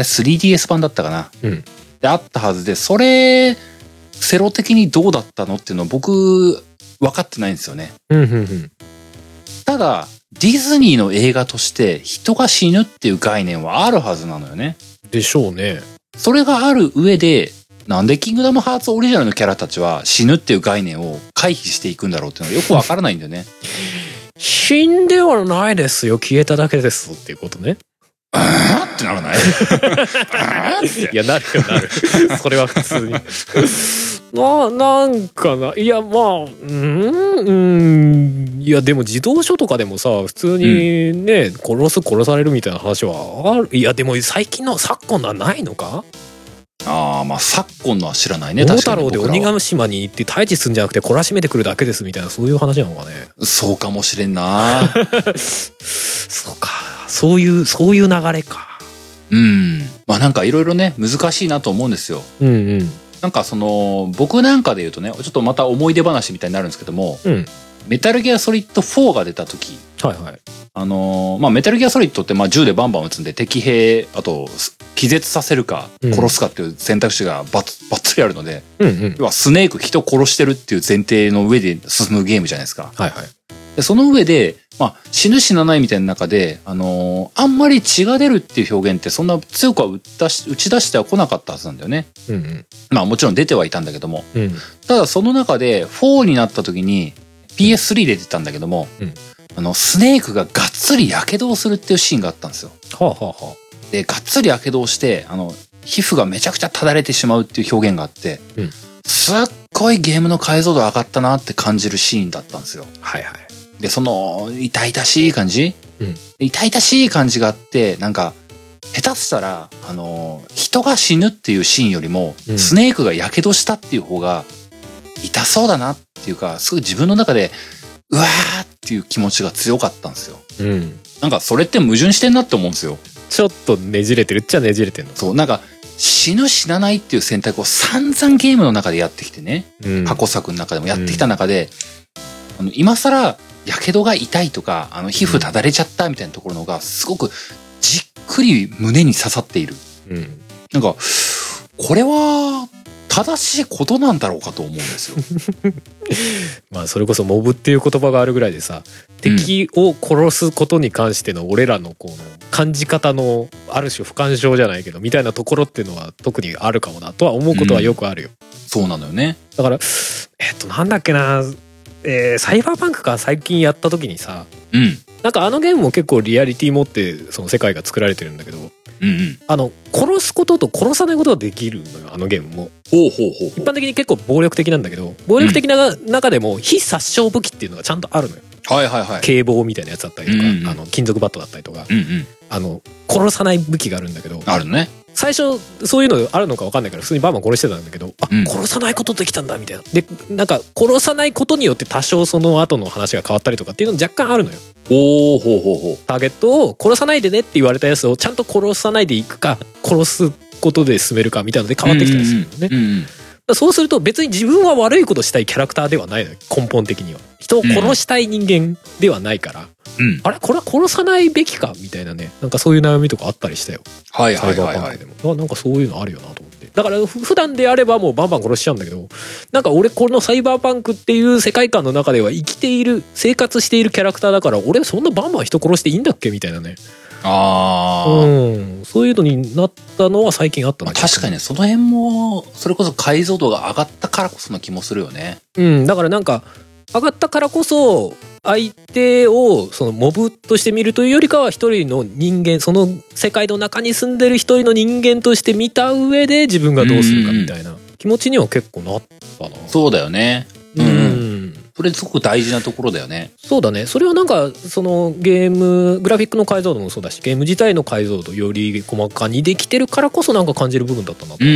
[SPEAKER 1] 3DS 版だったかな、であったはずで、それセロ的にどうだったのっていうのは僕分かってないんですよね。ただディズニーの映画として人が死ぬっていう概念はあるはずなのよね。
[SPEAKER 2] でしょうね。
[SPEAKER 1] それがある上でなんでキングダムハーツオリジナルのキャラたちは死ぬっていう概念を回避していくんだろうっていうのがよくわからないんだよね。
[SPEAKER 2] 死んではないですよ消えただけですっていうことね。
[SPEAKER 1] ってならない？
[SPEAKER 2] いやなるよなる。それは普通に。なんかないやいやでも児童書とかでもさ普通にね、殺されるみたいな話はある。いやでも最近の昨今のはないのか。
[SPEAKER 1] 昨今のは知らないね。
[SPEAKER 2] 桃太郎で鬼ヶ島に行って退治するんじゃなくて懲らしめてくるだけですみたいなそういう話なのかね。
[SPEAKER 1] そうかもしれんな。
[SPEAKER 2] そうかそういう流れか。
[SPEAKER 1] なんかいろいろね難しいなと思うんですよ。なんか僕なんかで言うとねちょっとまた思い出話みたいになるんですけども、メタルギアソリッド4が出た時、メタルギアソリッドって銃でバンバン撃つんで敵兵あと気絶させるか殺すかっていう選択肢がバッツリあるので、要はスネーク人殺してるっていう前提の上で進むゲームじゃないですか。でその上で、死ぬ死なないみたいな中で、あんまり血が出るっていう表現ってそんな強くは打ち出しては来なかったはずなんだよね。もちろん出てはいたんだけども、ただその中で4になった時に PS3 で出てたんだけども、スネークががっつり火傷をするっていうシーンがあったんですよ。でがっつり火傷をして皮膚がめちゃくちゃただれてしまうっていう表現があって、すっごいゲームの解像度上がったなって感じるシーンだったんですよ。でその痛々しい感じ、痛々しい感じがあってなんか下手したら人が死ぬっていうシーンよりも、スネークが火傷したっていう方が痛そうだなっていうかすごい自分の中でうわーっていう気持ちが強かったんですよ。なんかそれって矛盾してんなって思うんですよ。
[SPEAKER 2] ちょっとねじれてるっちゃねじれてんの。
[SPEAKER 1] そうなんか死ぬ死なないっていう選択を散々ゲームの中でやってきてね、過去作の中でもやってきた中で、今更やけどが痛いとか皮膚ただれちゃったみたいなところのがすごくじっくり胸に刺さっている。なんかこれは正しいことなんだろうかと思うんですよ。
[SPEAKER 2] それこそモブっていう言葉があるぐらいでさ、敵を殺すことに関しての俺らのこう感じ方のある種不干渉じゃないけどみたいなところっていうのは特にあるかもなとは思うことはよくあるよ。
[SPEAKER 1] そうなのよね。
[SPEAKER 2] だからなんだっけな、サイバーパンクか最近やった時にさ、なんかゲームも結構リアリティ持ってその世界が作られてるんだけど、殺すことと殺さないことができるのよゲームも。一般的に結構暴力的なんだけど暴力的な中でも非殺傷武器っていうのがちゃんとあるのよ。
[SPEAKER 1] はいはいはい。
[SPEAKER 2] 警棒みたいなやつだったりとか、
[SPEAKER 1] うんうん、
[SPEAKER 2] 金属バットだったりとか、
[SPEAKER 1] うんうん、
[SPEAKER 2] 殺さない武器があるんだけど。
[SPEAKER 1] あるね。
[SPEAKER 2] 最初そういうのあるのか分かんないから普通にバンバン殺してたんだけど、
[SPEAKER 1] うん、
[SPEAKER 2] 殺さないことできたんだみたいな。でなんか殺さないことによって多少その後の話が変わったりとかっていうの若干あるのよ。
[SPEAKER 1] おー、ほうほうほう。
[SPEAKER 2] ターゲットを殺さないでねって言われたやつをちゃんと殺さないでいくか殺すことで進めるかみたいなので変わってきたりするのね。
[SPEAKER 1] うんうんうんうん、
[SPEAKER 2] そうすると別に自分は悪いことしたいキャラクターではないのよ、根本的には。人を殺したい人間ではないから、あれこれは殺さないべきかみたいなね、なんかそういう悩みとかあったりしたよ。
[SPEAKER 1] はいはいはいはい。
[SPEAKER 2] なんかそういうのあるよなと思って。だから普段であればもうバンバン殺しちゃうんだけど、なんか俺このサイバーパンクっていう世界観の中では生きている生活しているキャラクターだから、俺そんなバンバン人殺していいんだっけみたいなね。そういうのになったのは最近あったな。
[SPEAKER 1] 確かにね、その辺もそれこそ解像度が上がったからこその気もするよね。
[SPEAKER 2] だからなんか上がったからこそ相手をそのモブとして見るというよりかは一人の人間、その世界の中に住んでる一人の人間として見た上で自分がどうするかみたいな気持ちには結構なったな。
[SPEAKER 1] そうだよね。それすごく大事なところだよね。
[SPEAKER 2] そうだね。それはなんかそのゲームグラフィックの解像度もそうだし、ゲーム自体の解像度より細かにできてるからこそなんか感じる部分だったなと思って、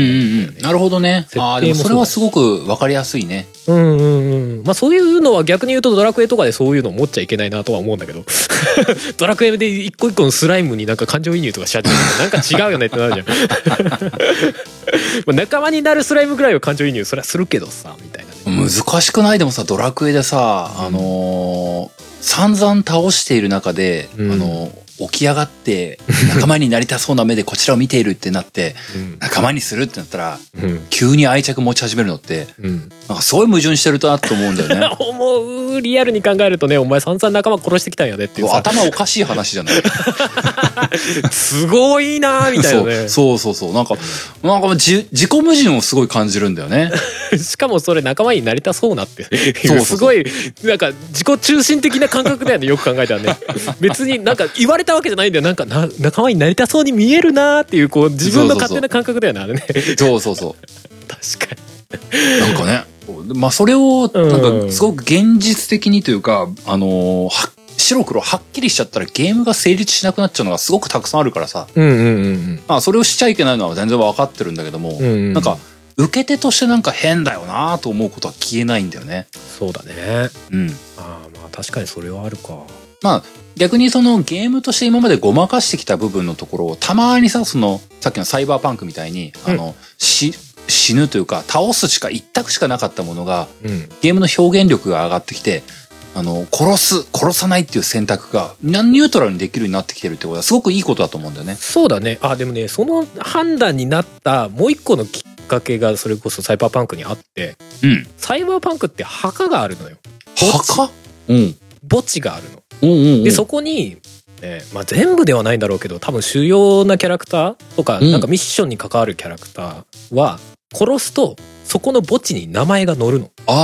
[SPEAKER 2] ね。
[SPEAKER 1] なるほどね。でもそれはすごく分かりやすいね。
[SPEAKER 2] まあそういうのは逆に言うとドラクエとかでそういうの持っちゃいけないなとは思うんだけどドラクエで一個一個のスライムになんか感情移入とかしちゃってなんか違うよねってなるじゃん仲間になるスライムぐらいは感情移入それはするけどさみたいな、
[SPEAKER 1] ね、難しくない？でもさドラクエでさ、散々倒している中で、起き上がって仲間になりたそうな目でこちらを見ているってなって、仲間にするってなったら、急に愛着持ち始めるのって、なんかすごい矛盾してるなと思うんだよね。
[SPEAKER 2] 思う。リアルに考えるとね、お前散々仲間殺してきたんやでっていうさ、
[SPEAKER 1] 頭おかしい話じゃない。
[SPEAKER 2] すごいなみたいなね。
[SPEAKER 1] そうなんか自己矛盾をすごい感じるんだよね。
[SPEAKER 2] しかもそれ仲間になりたそうなってすごいなんか自己中心的な感覚だよね。よく考えたらね。別になんか言われたわけじゃないんだよ。なんか仲間になりたそうに見えるなっていうこう自分の勝手な感覚だよね、あれね。そう
[SPEAKER 1] 確
[SPEAKER 2] かに
[SPEAKER 1] なんかね、まあそれをなんかすごく現実的にというか、白黒はっきりしちゃったらゲームが成立しなくなっちゃうのがすごくたくさんあるからさ、まあそれをしちゃいけないのは全然分かってるんだけども、なんか受け手としてなんか変だよなと思うことは消えないんだよね。
[SPEAKER 2] そうだね。まあ確かにそれはあるか。
[SPEAKER 1] まあ逆にそのゲームとして今までごまかしてきた部分のところをたまにさ、そのさっきのサイバーパンクみたいに死ぬというか倒すしか一択しかなかったものが、ゲームの表現力が上がってきて、殺さないっていう選択がニュートラルにできるようになってきてるってことはすごくいいことだと思うんだよね。
[SPEAKER 2] そうだね。でもね、その判断になったもう一個のきっかけがそれこそサイバーパンクにあって、サイバーパンクって墓があるのよ。
[SPEAKER 1] 墓？
[SPEAKER 2] 墓地があるの。でそこに、まあ、全部ではないんだろうけど多分主要なキャラクターとか、なんかミッションに関わるキャラクターは殺すとそこの墓地に名前が載るの。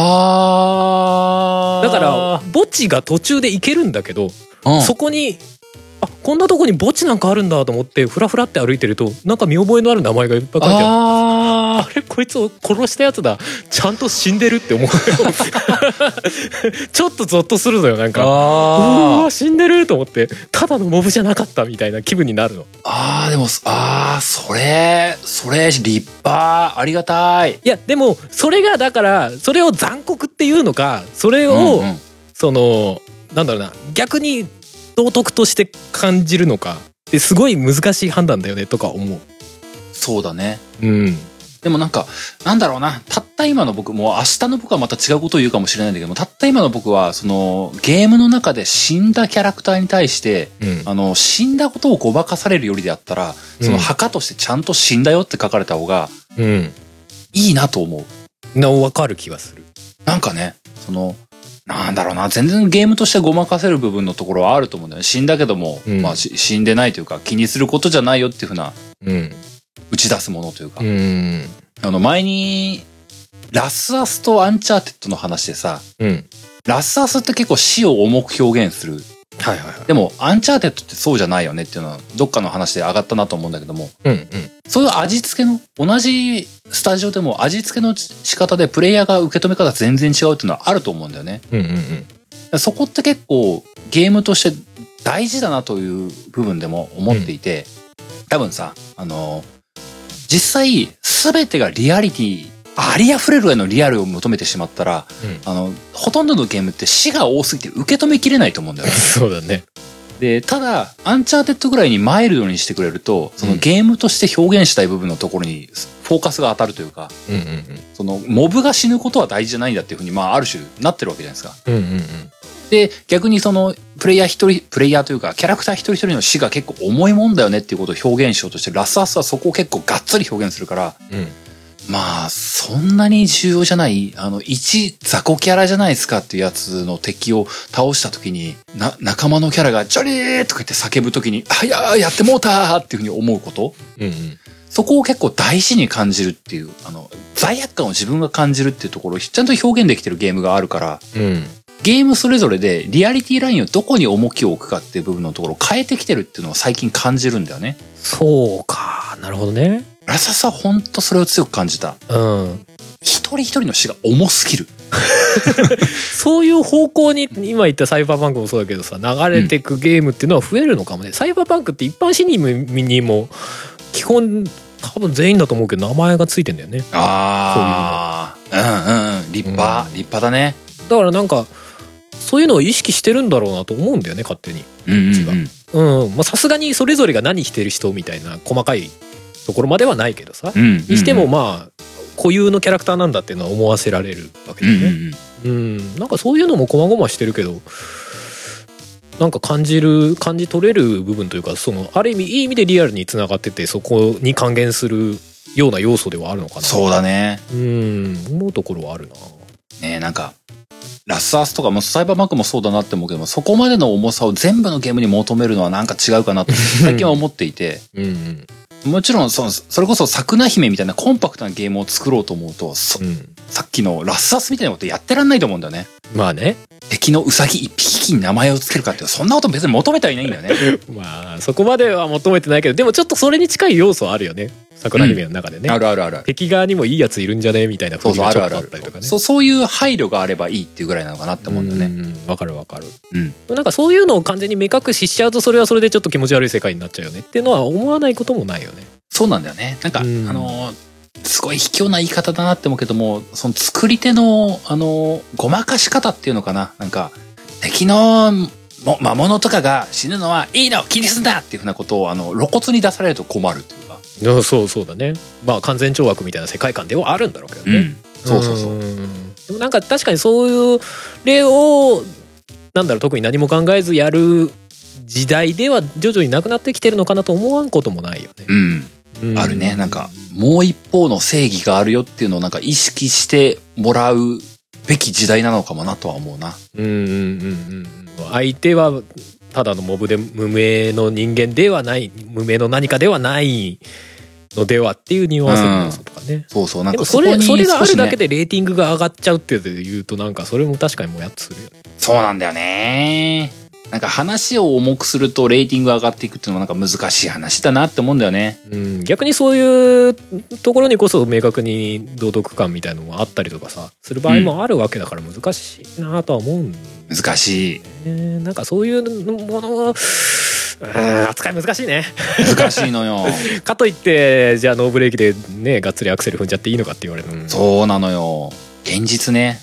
[SPEAKER 2] だから墓地が途中で行けるんだけど、そこにこんなとこに墓地なんかあるんだと思ってフラフラって歩いてるとなんか見覚えのある名前がいっぱい書いてある。あれこいつを殺したやつだ、ちゃんと死んでるって思うちょっとゾッとするのよ。なんかうわ死んでると思って、ただのモブじゃなかったみたいな気分になるの。
[SPEAKER 1] でもそれ立派、ありがたい。
[SPEAKER 2] いやでもそれがだからそれを残酷っていうのか、それを、そのなんだろうな、逆に道徳として感じるのかってすごい難しい判断だよねとか思う。
[SPEAKER 1] そうだね。でもなんかなんだろうな、たった今の僕、もう明日の僕はまた違うことを言うかもしれないんだけども、たった今の僕はそのゲームの中で死んだキャラクターに対して、死んだことをごまかされるよりであったら、その墓としてちゃんと死んだよって書かれた方がいいなと思う。
[SPEAKER 2] 分かる気がする。
[SPEAKER 1] なんかね、そのなんだろうな、全然ゲームとしてごまかせる部分のところはあると思うんだよね。死んだけども、まあ死んでないというか気にすることじゃないよっていうふうな、打ち出すものというか、前にラスアスとアンチャーテッドの話でさ、ラスアスって結構死を重く表現する。でもアンチャーテッドってそうじゃないよねっていうのはどっかの話で上がったなと思うんだけども、そういう味付けの、同じスタジオでも味付けの仕方でプレイヤーが受け止め方全然違うっていうのはあると思うんだよね。 そこって結構ゲームとして大事だなという部分でも思っていて、多分さ、実際全てがリアリティ、ありあふれるぐらいのリアルを求めてしまったら、ほとんどのゲームって死が多すぎて受け止めきれないと思うんだよね。
[SPEAKER 2] そうだね。
[SPEAKER 1] で、ただ、アンチャーテッドぐらいにマイルドにしてくれると、そのゲームとして表現したい部分のところにフォーカスが当たるというか、そのモブが死ぬことは大事じゃないんだっていうふうに、まあある種なってるわけじゃないですか。で、逆にそのプレイヤーというか、キャラクター一人一人の死が結構重いもんだよねっていうことを表現しようとして、ラスアスはそこを結構がっつり表現するから、まあ、そんなに重要じゃない、一雑魚キャラじゃないですかっていうやつの敵を倒した時に、仲間のキャラがジョリーとか言って叫ぶ時に、やってもうたーっていうふうに思うこと、そこを結構大事に感じるっていう、罪悪感を自分が感じるっていうところをちゃんと表現できてるゲームがあるから、ゲームそれぞれでリアリティラインをどこに重きを置くかっていう部分のところを変えてきてるっていうのを最近感じるんだよね。
[SPEAKER 2] そうか、なるほどね。
[SPEAKER 1] ラスアスはほんとそれを強く感じた。一人一人の死が重すぎる。
[SPEAKER 2] そういう方向に今言ったサイバーパンクもそうだけどさ、流れてくゲームっていうのは増えるのかもね。サイバーパンクって一般市民にも基本多分全員だと思うけど名前がついてんだよね。立派だね。だからなんかそういうのを意識してるんだろうなと思うんだよね、勝手に。まあさすがにそれぞれが何してる人みたいな細かいところまではないけどさ、にしてもまあ固有のキャラクターなんだっていうのは思わせられるわけだよね。なんかそういうのも細々してるけど、なんか感じ取れる部分というか、そのある意味いい意味でリアルにつながってて、そこに還元するような要素ではあるのかな。
[SPEAKER 1] そうだね。
[SPEAKER 2] 思うところはあるな。
[SPEAKER 1] ねえ、なんかラスアスとかもサイバーバンクもそうだなって思うけども、そこまでの重さを全部のゲームに求めるのはなんか違うかなと最近は思っていて。もちろんそれこそ桜姫みたいなコンパクトなゲームを作ろうと思うと、さっきのラスアスみたいなことやってらんないと思うんだよね。まあね。敵のウサギ一匹に名前をつけるかっていう、そんなこと別に求めてはいないんだよね。まあそこまでは求めてないけど、でもちょっとそれに近い要素あるよね。桜姫の中でね。ある。敵側にもいいやついるんじゃねみたいな雰囲気がちょっとあったりとかね。そういう配慮があればいいっていうぐらいなのかなって思うんだよね。わかる。なんかそういうのを完全に目隠ししちゃうと、それはそれでちょっと気持ち悪い世界になっちゃうよねっていうのは思わないこともないよね。そうなんだよね。なんか、すごい卑怯な言い方だなって思うけども、その作り手の、ごまかし方っていうのかな。なんか、敵の魔物とかが死ぬのはいいの気にすんだっていうふうなことを、露骨に出されると困るっていうか。そうだね。まあ、完全懲悪みたいな世界観ではあるんだろうけどね。そう。でもなんか確かにそういう例を、特に何も考えずやる時代では徐々になくなってきてるのかなと思わんこともないよね。あるね。なんかもう一方の正義があるよっていうのをなんか意識してもらうべき時代なのかもなとは思うな。相手はただのモブで無名の人間ではない、無名の何かではないのではっていうニュアンスの要素とかね。そうなんかそれがあるだけでレーティングが上がっちゃうっていうと、なんかそれも確かにもやっとするよね。そうなんだよね。なんか話を重くするとレーティングが上がっていくっていうのはなんか難しい話だなって思うんだよね。逆にそういうところにこそ明確に道徳感みたいなのもあったりとかさする場合もあるわけだから、難しいなとは思うんだよね。難しい。なんかそういうものを扱い難しいね。難しいのよ。かといってじゃあノーブレーキでねがっつりアクセル踏んじゃっていいのかって言われる。そうなのよ。現実ね、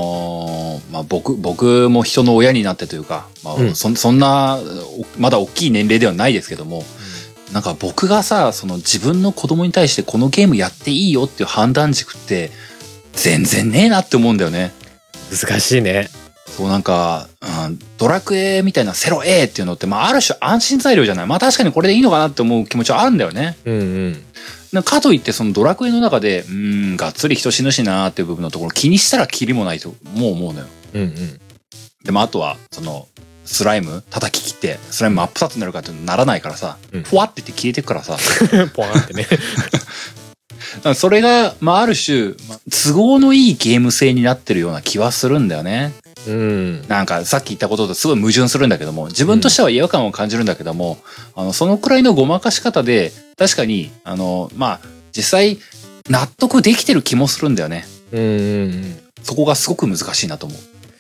[SPEAKER 1] 僕も人の親になってというか、そんなまだ大きい年齢ではないですけども、なんか僕がさ、その自分の子供に対してこのゲームやっていいよっていう判断軸って全然ねえなって思うんだよね。難しいね。そうなんか、ドラクエみたいなセロ A っていうのって、ある種安心材料じゃない。確かにこれでいいのかなって思う気持ちはあるんだよね。かといってそのドラクエの中でがっつり人死ぬしなーっていう部分のところ気にしたらキリもないともう思うのよ。でもあとはそのスライム叩き切ってスライム真っ二つになるかってならないからさ、ふわって言って消えてくからさポワンってねそれがある種都合のいいゲーム性になってるような気はするんだよね。なんかさっき言ったこととすごい矛盾するんだけども、自分としては違和感を感じるんだけども、そのくらいのごまかし方で確かに実際納得できてる気もするんだよね。そこがすごく難しいなと思う。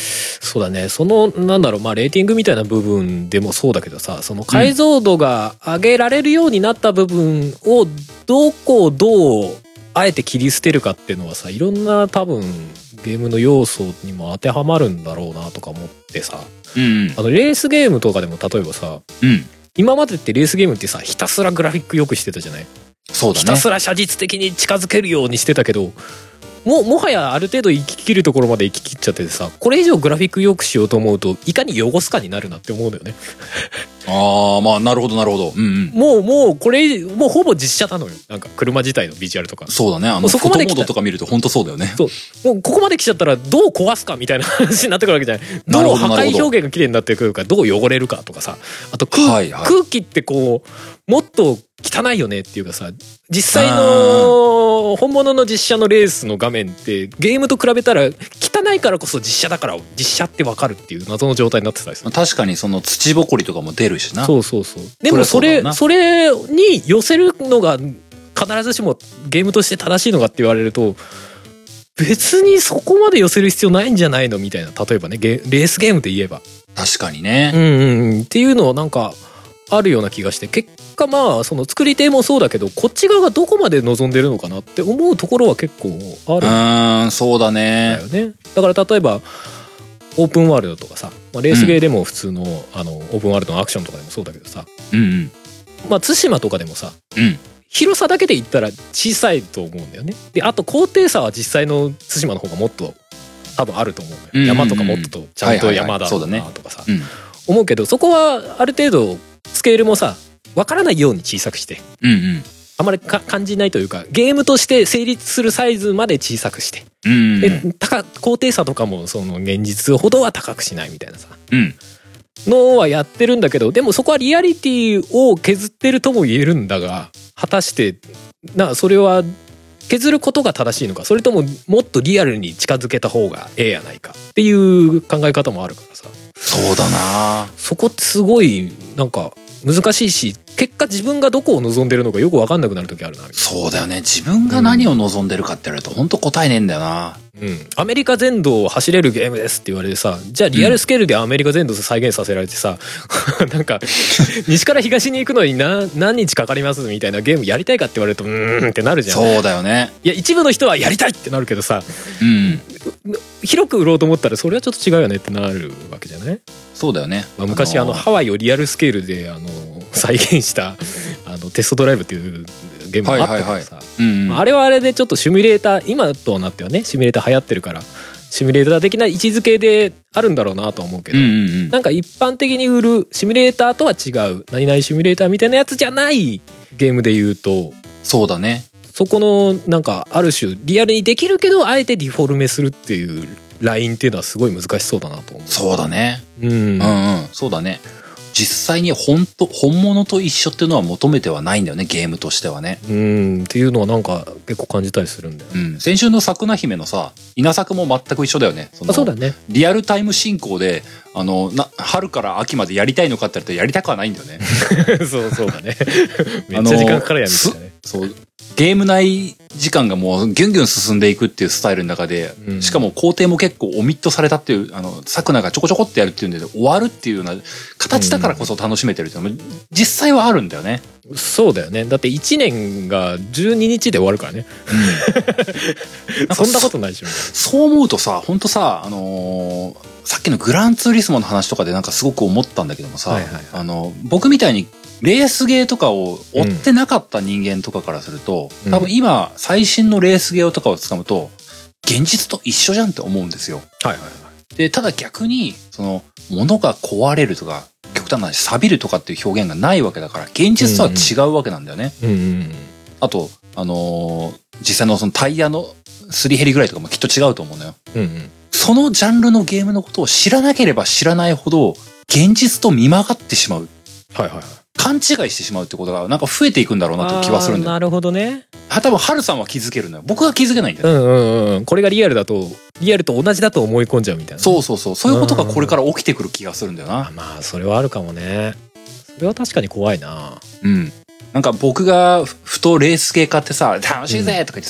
[SPEAKER 2] そうだね。なんだろう、まあレーティングみたいな部分でもそうだけどさ、その解像度が上げられるようになった部分をどうあえて切り捨てるかっていうのはさ、いろんな多分ゲームの要素にも当てはまるんだろうなとか思ってさ、レースゲームとかでも例えばさ、今までってレースゲームってさ、ひたすらグラフィック良くしてたじゃない？
[SPEAKER 1] そうだね。
[SPEAKER 2] ひたすら写実的に近づけるようにしてたけど、もはやある程度行き切るところまで行き切っちゃっててさ、これ以上グラフィック良くしようと思うといかに汚すかになるなって思うんだよね。
[SPEAKER 1] ああ、まあなるほどなるほど。
[SPEAKER 2] もうこれもうほぼ実写なのよ。なんか車自体のビジュアルとか。
[SPEAKER 1] そうだね。そこまでフォトモードとか見ると本当そうだよね。
[SPEAKER 2] そう。もうここまで来ちゃったらどう壊すかみたいな話になってくるわけじゃない。どう破壊表現が綺麗になってくるか、どう汚れるかとかさ。あと空気ってこうもっと汚いよねっていうかさ、実際の本物の実写のレースの画面ってゲームと比べたら汚いからこそ実写だから実写ってわかるっていう謎の状態になってたりする。
[SPEAKER 1] 確かにその土ぼこりとかも出るしな。
[SPEAKER 2] そう。でもそれに寄せるのが必ずしもゲームとして正しいのかって言われると、別にそこまで寄せる必要ないんじゃないのみたいな。例えばね、レースゲームで言えば。
[SPEAKER 1] 確かにね。
[SPEAKER 2] っていうのはなんかあるような気がして、結果まあその作り手もそうだけど、こっち側がどこまで望んでるのかなって思うところは結構ある。
[SPEAKER 1] そうだね。
[SPEAKER 2] だよね。だから例えばオープンワールドとかさ、レースゲーでも普通の、オープンワールドのアクションとかでもそうだけどさ、まあ対馬とかでもさ、広さだけで言ったら小さいと思うんだよね。で、あと高低差は実際の対馬の方がもっと多分あると思うのよ。山とかもっとちゃんと山だろうなとかさ、思うけど、そこはある程度スケールもさ、分からないように小さくして、あまり感じないというか、ゲームとして成立するサイズまで小さくして、で高低差とかもその現実ほどは高くしないみたいなさ、のはやってるんだけど、でもそこはリアリティを削ってるとも言えるんだが、果たしてそれは削ることが正しいのか、それとももっとリアルに近づけた方がええやないかっていう考え方もあるからさ。
[SPEAKER 1] そうだな。
[SPEAKER 2] そこってすごいなんか難しいし、結果自分がどこを望んでるのかよく分かんなくなる時あるなみたいな。
[SPEAKER 1] そうだよね。自分が何を望んでるかって言われると本当答えねえんだよな。
[SPEAKER 2] アメリカ全土を走れるゲームですって言われてさ、じゃあリアルスケールでアメリカ全土再現させられてさ、なんか西から東に行くのに何日かかりますみたいなゲームやりたいかって言われるとってなるじゃん。
[SPEAKER 1] そうだよね。
[SPEAKER 2] いや、一部の人はやりたいってなるけどさ、広く売ろうと思ったらそれはちょっと違うよねってなるわけじゃない？そうだよね。昔ハワイをリアルスケールで再現したテストドライブっていうゲームがあったからさ、あれはあれでちょっとシミュレーター、今となってはねシミュレーター流行ってるからシミュレーター的な位置づけであるんだろうなとは思うけど、なんか一般的に売るシミュレーターとは違う何々シミュレーターみたいなやつじゃないゲームで言うと、そうだね、そこのなんかある種リアルにできるけどあえてディフォルメするっていうラインっていうのはすごい難しそうだなと思う。そうだね。そうだね。実際に本物と一緒っていうのは求めてはないんだよね、ゲームとしてはね。っていうのはなんか結構感じたりするんだよ。先週の桜姫のさ稲作も全く一緒だよね。そうだね。リアルタイム進行で春から秋までやりたいのかって言ったらやりたくはないんだよね。そうだね。めっちゃ時間かかるやんみたいなね。そうゲーム内時間がもうギュンギュン進んでいくっていうスタイルの中で、しかも工程も結構オミットされたっていうサクナがちょこちょこってやるっていうんで終わるっていうような形だからこそ楽しめてるっていうのも実際はあるんだよね。そうだよね。だって1年が12日で終わるからね。そんなことないでしょ。そう思うとさ、ほんとさ、さっきのグランツーリスモの話とかでなんかすごく思ったんだけどもさ、僕みたいにレースゲーとかを追ってなかった人間とかからすると、多分今最新のレースゲーとかをつかむと現実と一緒じゃんって思うんですよ。でただ逆に物が壊れるとか極端な話錆びるとかっていう表現がないわけだから現実とは違うわけなんだよね。あと実際のそのタイヤのすり減りぐらいとかもきっと違うと思うのよ。そのジャンルのゲームのことを知らなければ知らないほど現実と見まがってしまう。勘違いしてしまうってことがなんか増えていくんだろうなという気はするんだよ。なるほどね。多分ハルさんは気づけるのよ。僕は気づけないんだよね。これがリアルと同じだと思い込んじゃうみたいな。そういうことがこれから起きてくる気がするんだよな。まあそれはあるかもね。それは確かに怖いな。なんか僕がふとレース系買ってさ楽しいぜとか言ってさ、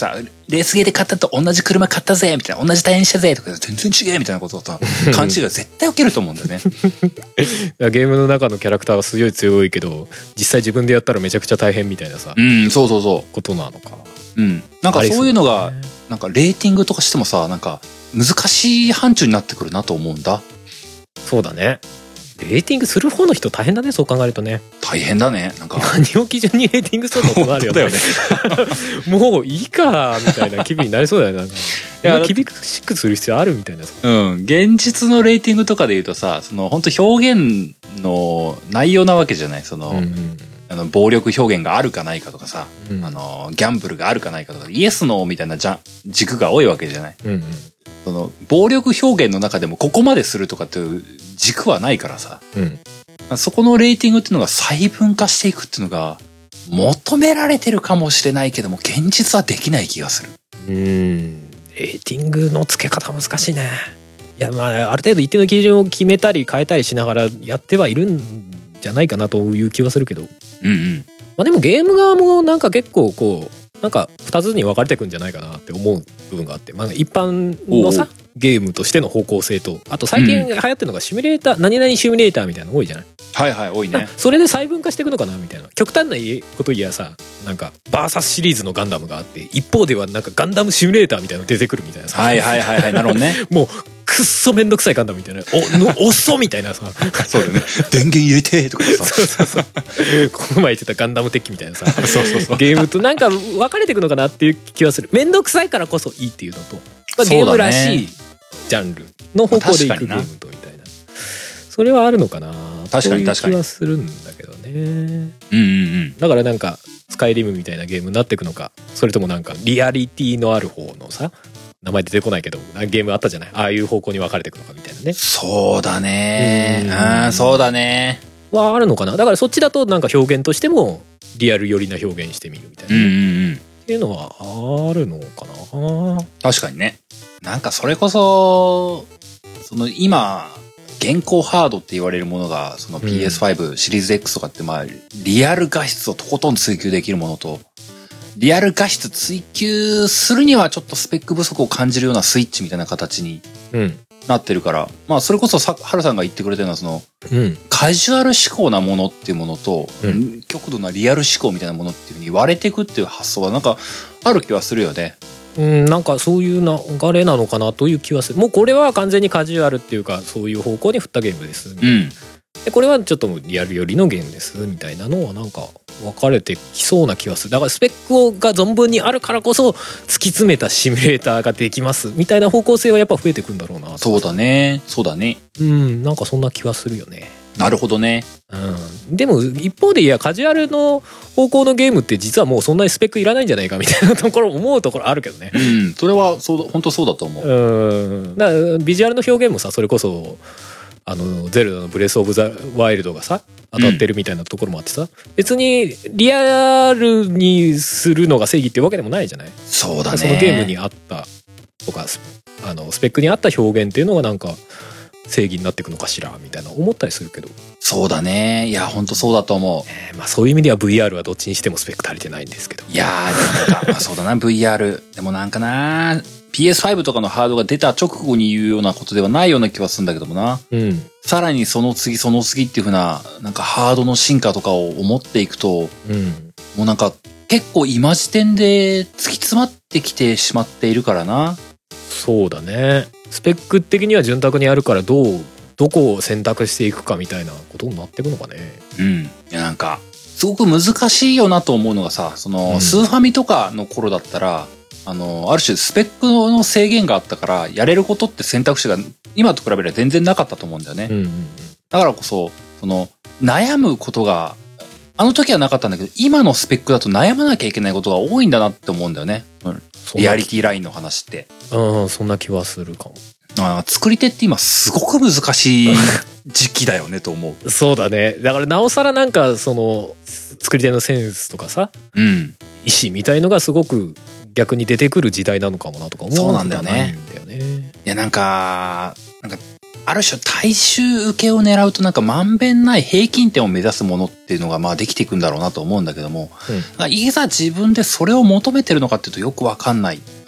[SPEAKER 1] レースゲーで買ったと同じ車買ったぜみたいな、同じタイヤにしたぜとか、全然違えみたいなことだと勘違いが絶対起きると思うんだよね。
[SPEAKER 2] ゲームの中のキャラクターはすごい強いけど、実際自分でやったらめちゃくちゃ大変みたいなさ、
[SPEAKER 1] そうそうそう。
[SPEAKER 2] ことなのか。
[SPEAKER 1] なんかそういうのが、なんかレーティングとかしてもさ、なんか難しい範疇になってくるなと思うんだ。
[SPEAKER 2] そうだね。レーティングする方の人大変だね、そう考えるとね。
[SPEAKER 1] 大変だね。なんか
[SPEAKER 2] 何を基準にレーティングするのとなるよね。もういいかみたいな気分になりそうだよね。なんかいや厳しくする必要あるみたいな。
[SPEAKER 1] 現実のレーティングとかで言うとさ、その本当表現の内容なわけじゃない。その、暴力表現があるかないかとかさ、ギャンブルがあるかないかとか、イエスノーみたいな軸が多いわけじゃない。その暴力表現の中でもここまでするとかっていう軸はないからさ、そこのレーティングっていうのが細分化していくっていうのが求められてるかもしれないけども、現実はできない気がする。
[SPEAKER 2] レーティングの付け方難しいね。いや、まあある程度一定の基準を決めたり変えたりしながらやってはいるんじゃないかなという気はするけど、まあでもゲーム側もなんか結構こうなんか2つに分かれてくんじゃないかなって思う部分があって、まあ、一般のさゲームとしての方向性と、あと最近流行ってるのがシミュレーター、何々シミュレーターみたいなの多いじゃない。
[SPEAKER 1] はいはい、多いね。
[SPEAKER 2] それで細分化していくのかなみたいな。極端なこと言えばさ、なんかバーサスシリーズのガンダムがあって、一方ではなんかガンダムシミュレーターみたいなの出てくるみたいなさ。
[SPEAKER 1] はいはいはいはい、なるほどね。
[SPEAKER 2] もうくっそめんどくさいガンダムみたいな、おっそみたいなさ。
[SPEAKER 1] そうだよね。電源入れてとかさ。
[SPEAKER 2] そうこの前言ってたガンダム敵みたいなさ。そうゲームとなんか分かれていくのかなっていう気はする。めんどくさいからこそいいっていうのと、まあ、ゲームらしいジャンルの方向でいくゲームとみたいな。それはあるのかな。
[SPEAKER 1] 確かに確かに。
[SPEAKER 2] 気はするんだけどね。だからなんかスカイリムみたいなゲームになっていくのか、それともなんかリアリティのある方のさ、名前出てこないけどゲームあったじゃない、ああいう方向に分かれていくのかみたいなね。
[SPEAKER 1] そうだね。そうだね。
[SPEAKER 2] はあるのかな。だからそっちだとなんか表現としてもリアル寄りな表現してみるみたいな、っていうのはあるのかな。
[SPEAKER 1] 確かにね。なんかそれこそその今現行ハードって言われるものが、その PS5、シリーズ X とかって、まあリアル画質をとことん追求できるものと、リアル画質追求するにはちょっとスペック不足を感じるようなスイッチみたいな形になってるから、まあそれこそハルさんが言ってくれたようなその、カジュアル思考なものっていうものと、極度なリアル思考みたいなものっていう風に割れていくっていう発想はなんかある気はするよね。
[SPEAKER 2] なんかそういう流れなのかなという気はする。もうこれは完全にカジュアルっていうか、そういう方向に振ったゲームですみたいな、でこれはちょっとリアル寄りのゲームですみたいなのはなんか分かれてきそうな気がする。だからスペックが存分にあるからこそ突き詰めたシミュレーターができますみたいな方向性はやっぱ増えてくんだろうな。
[SPEAKER 1] そうだね。そうだね。
[SPEAKER 2] なんかそんな気はするよね。
[SPEAKER 1] なるほどね。
[SPEAKER 2] でも一方で、いやカジュアルの方向のゲームって実はもうそんなにスペックいらないんじゃないかみたいなところ思うところあるけどね。
[SPEAKER 1] それはそう本当そうだと思う。
[SPEAKER 2] だからビジュアルの表現もさ、それこそゼルダのブレスオブザワイルドがさ当たってるみたいなところもあってさ、別にリアルにするのが正義っていうわけでもないじゃない。
[SPEAKER 1] そうだね。
[SPEAKER 2] そのゲームに合ったとかスペックに合った表現っていうのがなんか正義になっていくのかしらみたいな思ったりするけど。
[SPEAKER 1] そうだね。いや本当そうだと思
[SPEAKER 2] う。まあそういう意味では VR はどっちにしてもスペック足りてないんですけど。
[SPEAKER 1] いやーなんかそうだなVR でもなんかな PS5 とかのハードが出た直後に言うようなことではないような気はするんだけどもな。さらにその次その次っていう風ななんかハードの進化とかを思っていくと、もうなんか結構今時点で突き詰まってきてしまっているからな。
[SPEAKER 2] そうだね。スペック的には潤沢にあるからどこを選択していくかみたいなことになっていくのかね。
[SPEAKER 1] いやなんかすごく難しいよなと思うのがさ、その、スーファミとかの頃だったらある種スペックの制限があったからやれることって選択肢が今と比べれば全然なかったと思うんだよね。だからこそその悩むことがあの時はなかったんだけど、今のスペックだと悩まなきゃいけないことが多いんだなって思うんだよね。リアリティラインの話って。
[SPEAKER 2] そんな気はするかも。
[SPEAKER 1] 作り手って今すごく難しい時期だよねと思う。
[SPEAKER 2] そうだね。だからなおさらなんかその作り手のセンスとかさ、意思みたいのがすごく逆に出てくる時代なのかもなとか思う。
[SPEAKER 1] そうなんだよね。いやなんかある種大衆受けを狙うとなんかまんべんない平均点を目指すものっていうのがまあできていくんだろうなと思うんだけども、いざ自分でそれを求めてるのかっていうとよくわかんない。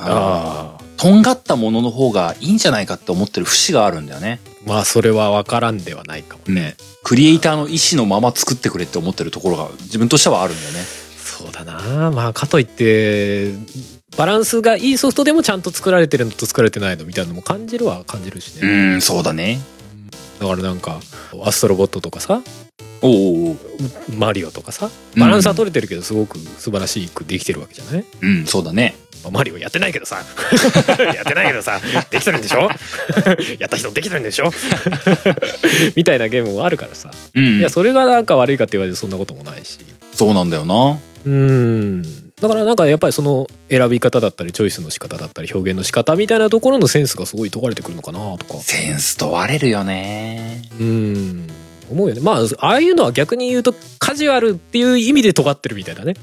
[SPEAKER 1] とんがったものの方がいいんじゃないかって思ってる節があるんだよね。
[SPEAKER 2] まあそれは分からんではないかもね。
[SPEAKER 1] クリエイターの意思のまま作ってくれって思ってるところが自分としてはあるんだよね。
[SPEAKER 2] そうだな。まあかといってバランスがいいソフトでもちゃんと作られてるのと作られてないのみたいなのも感じるしね。
[SPEAKER 1] そうだね。
[SPEAKER 2] だからなんかアストロボットとかさ、マリオとかさ、バランスは取れてるけどすごく素晴らしくできてるわけじゃない？
[SPEAKER 1] そうだね。
[SPEAKER 2] マリオやってないけどさやってないけどさできてるんでしょやった人できてるんでしょみたいなゲームもあるからさ、いやそれがなんか悪いかって言われてそんなこともないし。
[SPEAKER 1] そうなんだよな。
[SPEAKER 2] だからなんかやっぱりその選び方だったりチョイスの仕方だったり表現の仕方みたいなところのセンスがすごい問われてくるのかなとか。
[SPEAKER 1] センス問われるよね。
[SPEAKER 2] 思うよね。まあああいうのは逆に言うとカジュアルっていう意味で尖ってるみたいなね。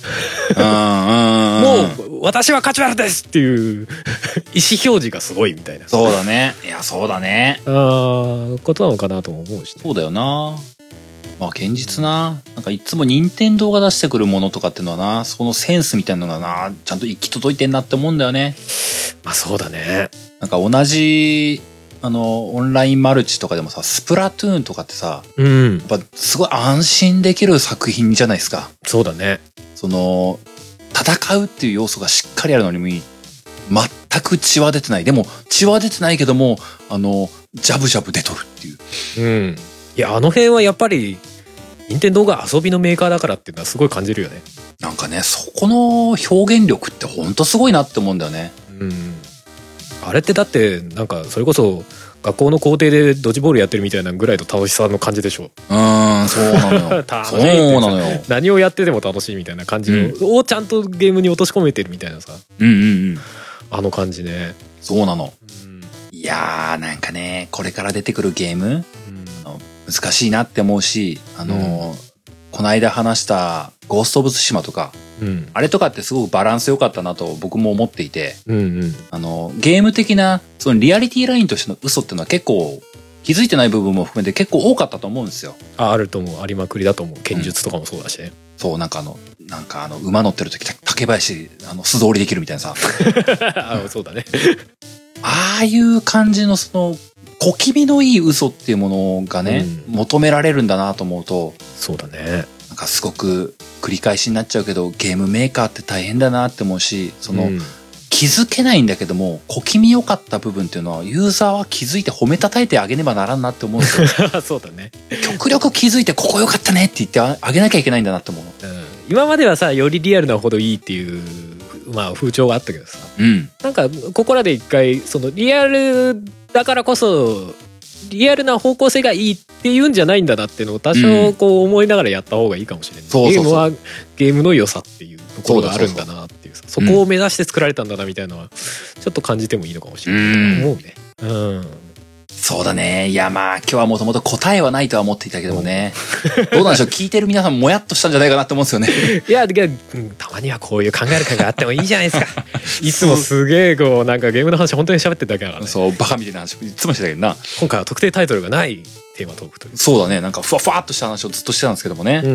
[SPEAKER 2] もう私はカジュアルですっていう意思表示がすごいみたいな。
[SPEAKER 1] そうだね。いやそうだね。
[SPEAKER 2] ことなのかなとも思うし、ね、
[SPEAKER 1] そうだよな。まあ現実なんかいつも任天堂が出してくるものとかっていうのはな、そのセンスみたいなのがなちゃんと行き届いてんなって思うんだよね。
[SPEAKER 2] まあそうだね。
[SPEAKER 1] なんか同じオンラインマルチとかでもさ、スプラトゥーンとかってさ、やっぱすごい安心できる作品じゃないですか。
[SPEAKER 2] そうだね。
[SPEAKER 1] その戦うっていう要素がしっかりあるのに全く血は出てない。でも血は出てないけどもジャブジャブ出とるっていう。
[SPEAKER 2] いやあの辺はやっぱり任天堂が遊びのメーカーだからっていうのはすごい感じるよね。
[SPEAKER 1] なんかね、そこの表現力ってほんとすごいなって思うんだよね。
[SPEAKER 2] あれってだってなんかそれこそ学校の校庭でドッジボールやってるみたいなぐらいの楽しさの感じでしょ。
[SPEAKER 1] そうなのよ。そうなのよ。
[SPEAKER 2] 何をやってても楽しいみたいな感じの、をちゃんとゲームに落とし込めてるみたいなさ。あの感じね。
[SPEAKER 1] そうなの。いやーなんかね、これから出てくるゲーム、難しいなって思うし、この間話したゴースト・オブ・ツシマとか、あれとかってすごくバランス良かったなと僕も思っていて、ゲーム的なそのリアリティラインとしての嘘っていうのは結構気づいてない部分も含めて結構多かったと思うんですよ。
[SPEAKER 2] あると思う。ありまくりだと思う。剣術とかもそうだしね。
[SPEAKER 1] そうなんか馬乗ってる時竹林素通りできるみたいなさ
[SPEAKER 2] そうだね。
[SPEAKER 1] ああいう感じのその小気味のいい嘘っていうものがね、求められるんだなと思うと。
[SPEAKER 2] そうだね。
[SPEAKER 1] なんかすごく繰り返しになっちゃうけどゲームメーカーって大変だなって思うし、その、気づけないんだけども小気味良かった部分っていうのはユーザーは気づいて褒めたたえてあげねばならんなって思うんですよ。
[SPEAKER 2] そうだね。
[SPEAKER 1] 極力気づいてここ良かったねって言ってあげなきゃいけないんだなって思う。
[SPEAKER 2] 今まではさよりリアルなほどいいっていう風潮があったけどさ、なんかここらで一回そのリアルだからこそリアルな方向性がいいっていうんじゃないんだなっていうのを多少こう思いながらやった方がいいかもしれない。ゲームはゲームの良さっていうところがあるんだなっていう、そこを目指して作られたんだなみたいなのはちょっと感じてもいいのかもしれないと思うね。
[SPEAKER 1] そうだね。いやまあ今日はもともと答えはないとは思っていたけどもね。どうなんでしょう。聞いてる皆さんもやっとしたんじゃないかなって思うんですよね。
[SPEAKER 2] いやたまにはこういう考える会があってもいいじゃないですか。いつもすげえこうなんかゲームの話本当に喋ってるだけだからね。そうバカみたいな話いつもしてたけどな。今回は特定タイトルがないテーマトークという。そうだね。なんかふわふわっとした話をずっとしてたんですけどもね。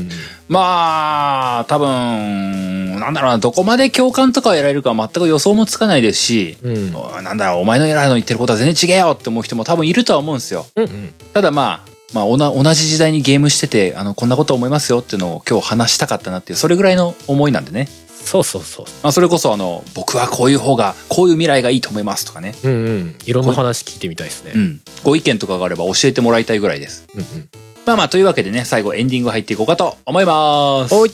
[SPEAKER 2] まあ多分なんだろうな、どこまで共感とかを得られるかは全く予想もつかないですし、なんだろうお前の言ってることは全然違えよって思う人も多分いるとは思うんですよ。ただまあ同じ時代にゲームしててこんなこと思いますよっていうのを今日話したかったなっていうそれぐらいの思いなんでね。そう。まあそれこそ僕はこういう方がこういう未来がいいと思いますとかね。いろんな話聞いてみたいですね。ご意見とかがあれば教えてもらいたいぐらいです。まあというわけでね、最後エンディング入っていこうかと思います。はい。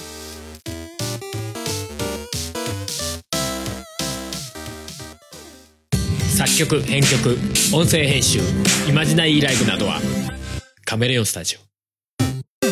[SPEAKER 2] 作曲編曲音声編集イマジナリーライブなどはカメレオンスタジオ。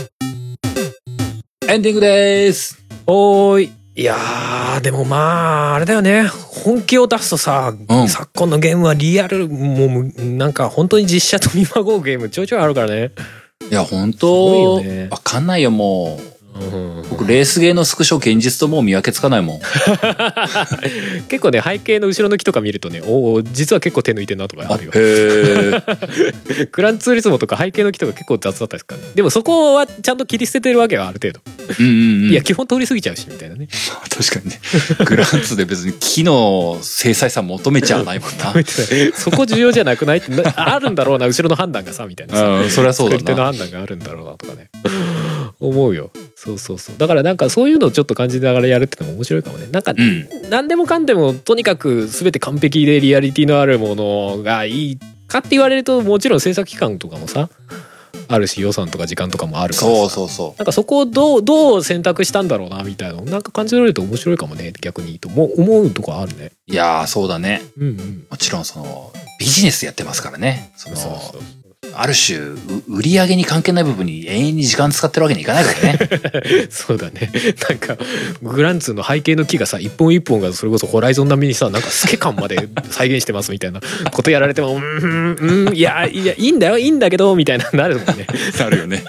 [SPEAKER 1] エンディングでーす。
[SPEAKER 2] おーい。いやーでもまああれだよね、本気を出すとさ、昨今のゲームはリアルもうなんか本当に実写と見まごうゲームちょいちょいあるからね。
[SPEAKER 1] いや本当わかんないよもう。 僕レースゲーのスクショ現実ともう見分けつかないもん。
[SPEAKER 2] 結構ね背景の後ろの木とか見るとね、実は結構手抜いてんなとかあるよ。グランツーリスモとか背景の木とか結構雑だったですからね。でもそこはちゃんと切り捨ててるわけはある程度。いや基本通り過ぎちゃうしみたいなね。
[SPEAKER 1] 確かにね。グランツーで別に木の精細さ求めちゃわないもんな。
[SPEAKER 2] そこ重要じゃなくないってあるんだろうな、後ろの判断がさみたいなさ。
[SPEAKER 1] そりゃそうだな。
[SPEAKER 2] 作り手の判断があるんだろうなとかね。思うよ。そうそうそう。だからなんかそういうのをちょっと感じながらやるってのも面白いかもね。なんか、何でもかんでもとにかく全て完璧でリアリティのあるものがいいかって言われると、もちろん制作期間とかもさあるし、予算とか時間とかもあるからさ、そうなんかそこをどう選択したんだろうなみたいなのなんか感じられると面白いかもね、逆にと思うとこあるね。
[SPEAKER 1] いやーそうだね、もちろんそのビジネスやってますからね。そうある種売り上げに関係ない部分に永遠に時間使ってるわけにいかないからね。
[SPEAKER 2] そうだね。なんかグランツーの背景の木がさ、一本一本がそれこそホライゾン並みにさ、なんか透け感まで再現してますみたいなことやられてもいやいいんだよ、いいんだけどみたいななるもんね。
[SPEAKER 1] なるよね。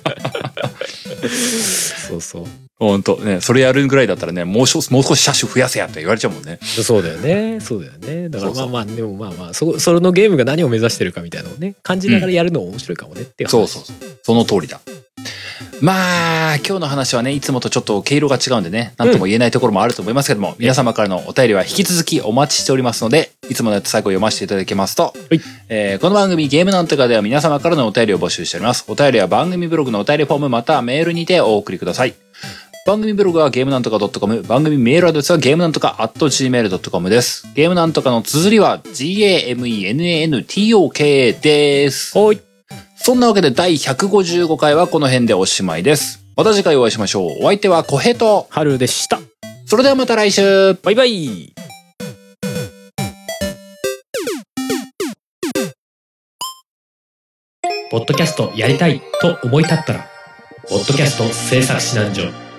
[SPEAKER 2] そうそう。
[SPEAKER 1] 本当ね、それやるぐらいだったらね、もう少し車種増やせやって言われちゃうもんね。
[SPEAKER 2] そうだよね、そうだよね。だからまあでもまあそのゲームが何を目指してるかみたいなのをね感じながらやるの面白いかもねっていう話。そう
[SPEAKER 1] その通りだ。まあ今日の話はね、いつもとちょっと毛色が違うんでね、なんとも言えないところもあると思いますけども、皆様からのお便りは引き続きお待ちしておりますので、いつものやつ最後読ませていただけますと、この番組ゲームなんとかでは皆様からのお便りを募集しております。お便りは番組ブログのお便りフォームまたはメールにてお送りください。番組ブログはゲームなんとか .com、 番組メールアドレスはゲームなんとか @gmail.com です。ゲームなんとかの綴りは GAMENANTOK です。
[SPEAKER 2] はい。
[SPEAKER 1] そんなわけで第155回はこの辺でおしまいです。また次回お会いしましょう。お相手は小平と
[SPEAKER 2] 春でした。
[SPEAKER 1] それではまた来週。
[SPEAKER 2] バイバイ。ポッドキャストやりたいと思い立ったら、ポッドキャスト制作指南所